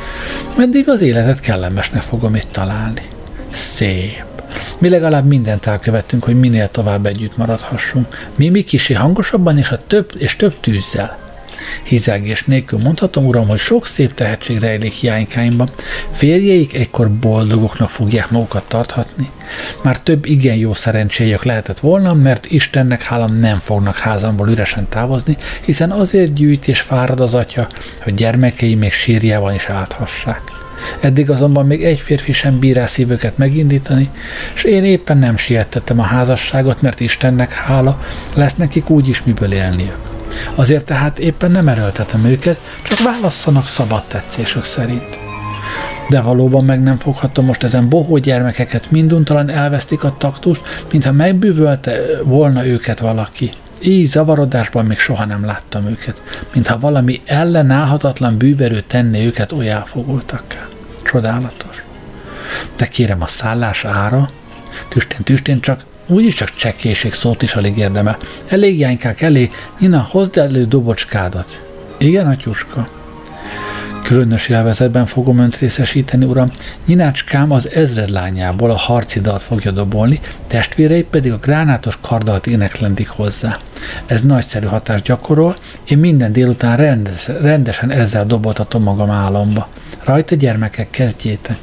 Meddig az életet kellemesnek fogom itt találni. Szép. Mi legalább mindent elkövettünk, hogy minél tovább együtt maradhassunk. Mi mi kicsi hangosabban és, a több, és több tűzzel. Hizelgés nélkül mondhatom, uram, hogy sok szép tehetség rejlik jánykáimban. Férjeik egykor boldogoknak fogják magukat tarthatni. Már több igen jó szerencséjük lehetett volna, mert Istennek hála nem fognak házamból üresen távozni, hiszen azért gyűjt és fárad az atya, hogy gyermekei még sírjában is áthassák. Eddig azonban még egy férfi sem bír rá szívüket megindítani, és én éppen nem siettettem a házasságot, mert Istennek hála, lesz nekik úgyis miből élniük. Azért tehát éppen nem erőltetem őket, csak válasszanak szabad tetszésük szerint. De valóban meg nem foghatom most ezen bohó gyermekeket, minduntalan elvesztik a taktust, mintha megbűvölte volna őket valaki. Így zavarodásban még soha nem láttam őket, mintha valami ellenállhatatlan bűverő tenné őket olyan elfogultakká. Csodálatos. De kérem, a szállás ára? Tüstén, tüstén, csak úgyis csak csekkéség szót is alig érdemel. Elég, jánykák, elég. Nina, hozd elő dobocskádat. Igen, atyuska. Különös élvezetben fogom önt részesíteni, uram. Ninácskám az ezredlányából a harci dalt fogja dobolni, testvérei pedig a gránátos kardalt éneklendik hozzá. Ez nagyszerű hatást gyakorol, én minden délután rendes, rendesen ezzel doboltatom magam álomba. Rajta, gyermekek, kezdjétek.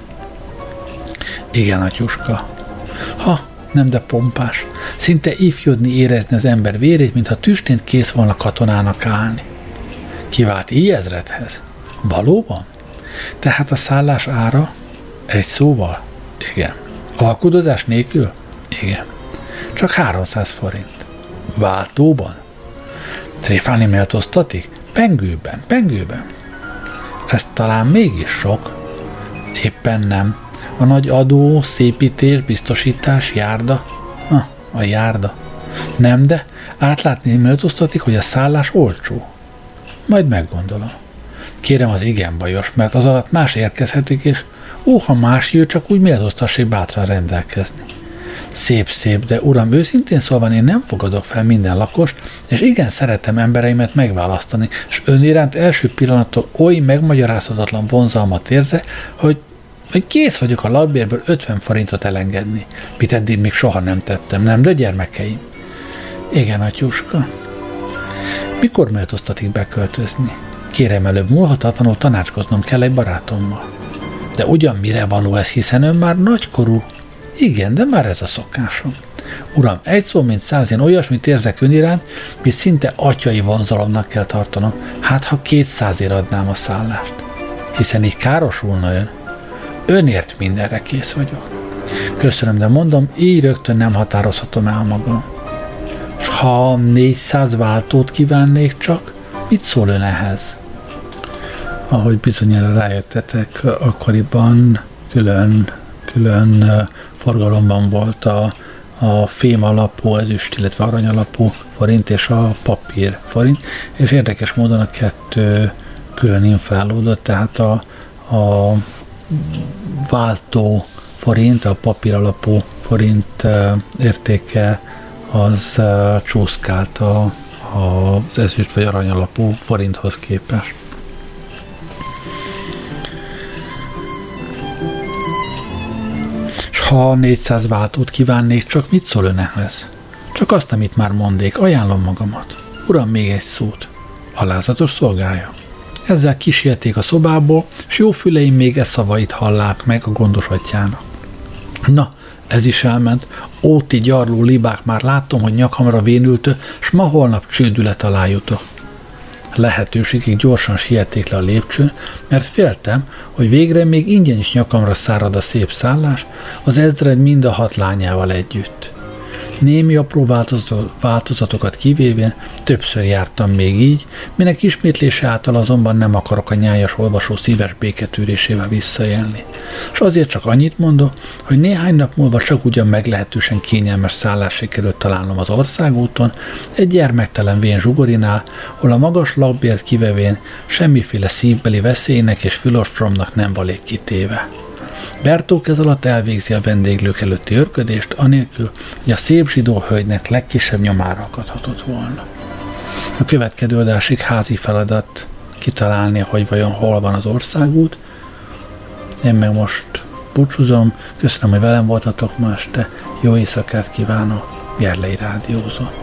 Igen, atyuska. Ha, nem, de pompás. Szinte ifjodni, érezni az ember vérét, mintha tüstént kész volna katonának állni. Kivált így ezredhez? Valóban? Tehát a szállás ára? Egy szóval? Igen. Alkudozás nélkül? Igen. Csak háromszáz forint. Váltóban? Tréfálni méltóztatik? Pengőben, pengőben. Ez talán mégis sok. Éppen nem. A nagy adó, szépítés, biztosítás, járda. Ha, a járda. Nem, de átlátni méltóztatik, hogy a szállás olcsó. Majd meggondolom. Kérem, az igen bajos, mert az alatt más érkezhetik, és ó, ha más jön, csak úgy méltóztassék bátran rendelkezni. Szép-szép, de uram, őszintén szólva én nem fogadok fel minden lakost, és igen szeretem embereimet megválasztani, és ön iránt első pillanattól oly megmagyarázhatatlan vonzalmat érze, hogy, hogy kész vagyok a lakbérből ötven forintot elengedni. Mit eddig még soha nem tettem, nem, de gyermekeim? Igen, atyuska. Mikor méltóztatik beköltözni? Kérem, előbb múlhatatlanul tanácskoznom kell egy barátommal. De ugyan mire való ez, hiszen ön már nagykorú. Igen, de már ez a szokásom. Uram, egy szó mint száz, én olyasmit érzek ön iránt, mint szinte atyai vonzalomnak kell tartanom. Hát, ha kétszázért adnám a szállást. Hiszen így károsulna ön. Önért mindenre kész vagyok. Köszönöm, de mondom, így rögtön nem határozhatom el magam. S ha négyszáz váltót kívánnék csak, mit szól ön ehhez? Ahogy bizonyára rájöttetek, akkoriban külön, külön forgalomban volt a, a fém alapú, ezüst, illetve arany alapú forint és a papír forint, és érdekes módon a kettő külön inflálódott, tehát a, a váltó forint, a papír alapú forint értéke az csúszkált a, az ezüst vagy arany alapú forinthoz képest. Ha négyszáz váltót kívánnék, csak mit szól ön ehhez? Csak azt, amit már mondék, ajánlom magamat. Uram, még egy szót. Alázatos szolgája. Ezzel kísérték a szobából, s jó füleim még e szavait hallák meg a gondos atyának. Na, ez is elment. Ó, ti gyarló libák, már láttam, hogy nyakamra vénültő, s ma holnap csődület alá jutok. Lehetőségig gyorsan siették le a lépcsőn, mert féltem, hogy végre még ingyen is nyakamra szárad a szép szállás, az ezred mind a hat lányával együtt. Némi apró változatokat kivéve többször jártam még így, minek ismétlése által azonban nem akarok a nyájas olvasó szíves béketűrésével visszaélni. És azért csak annyit mondok, hogy néhány nap múlva csak ugyan meglehetősen kényelmes szállás sikerült találnom az országúton, egy gyermektelen vén zsugorinál, hol a magas lakbért kivevén semmiféle szívbeli veszélynek és fülostromnak nem valék kitéve. Bertók ez alatt elvégzi a vendéglők előtti őrködést, anélkül, hogy a szép zsidó hölgynek legkisebb nyomára akadhatott volna. A következő adásig házi feladat kitalálni, hogy vajon hol van az országút. Én meg most búcsúzom, köszönöm, hogy velem voltatok ma este, jó éjszakát kívánok, Gerlei Rádiózó.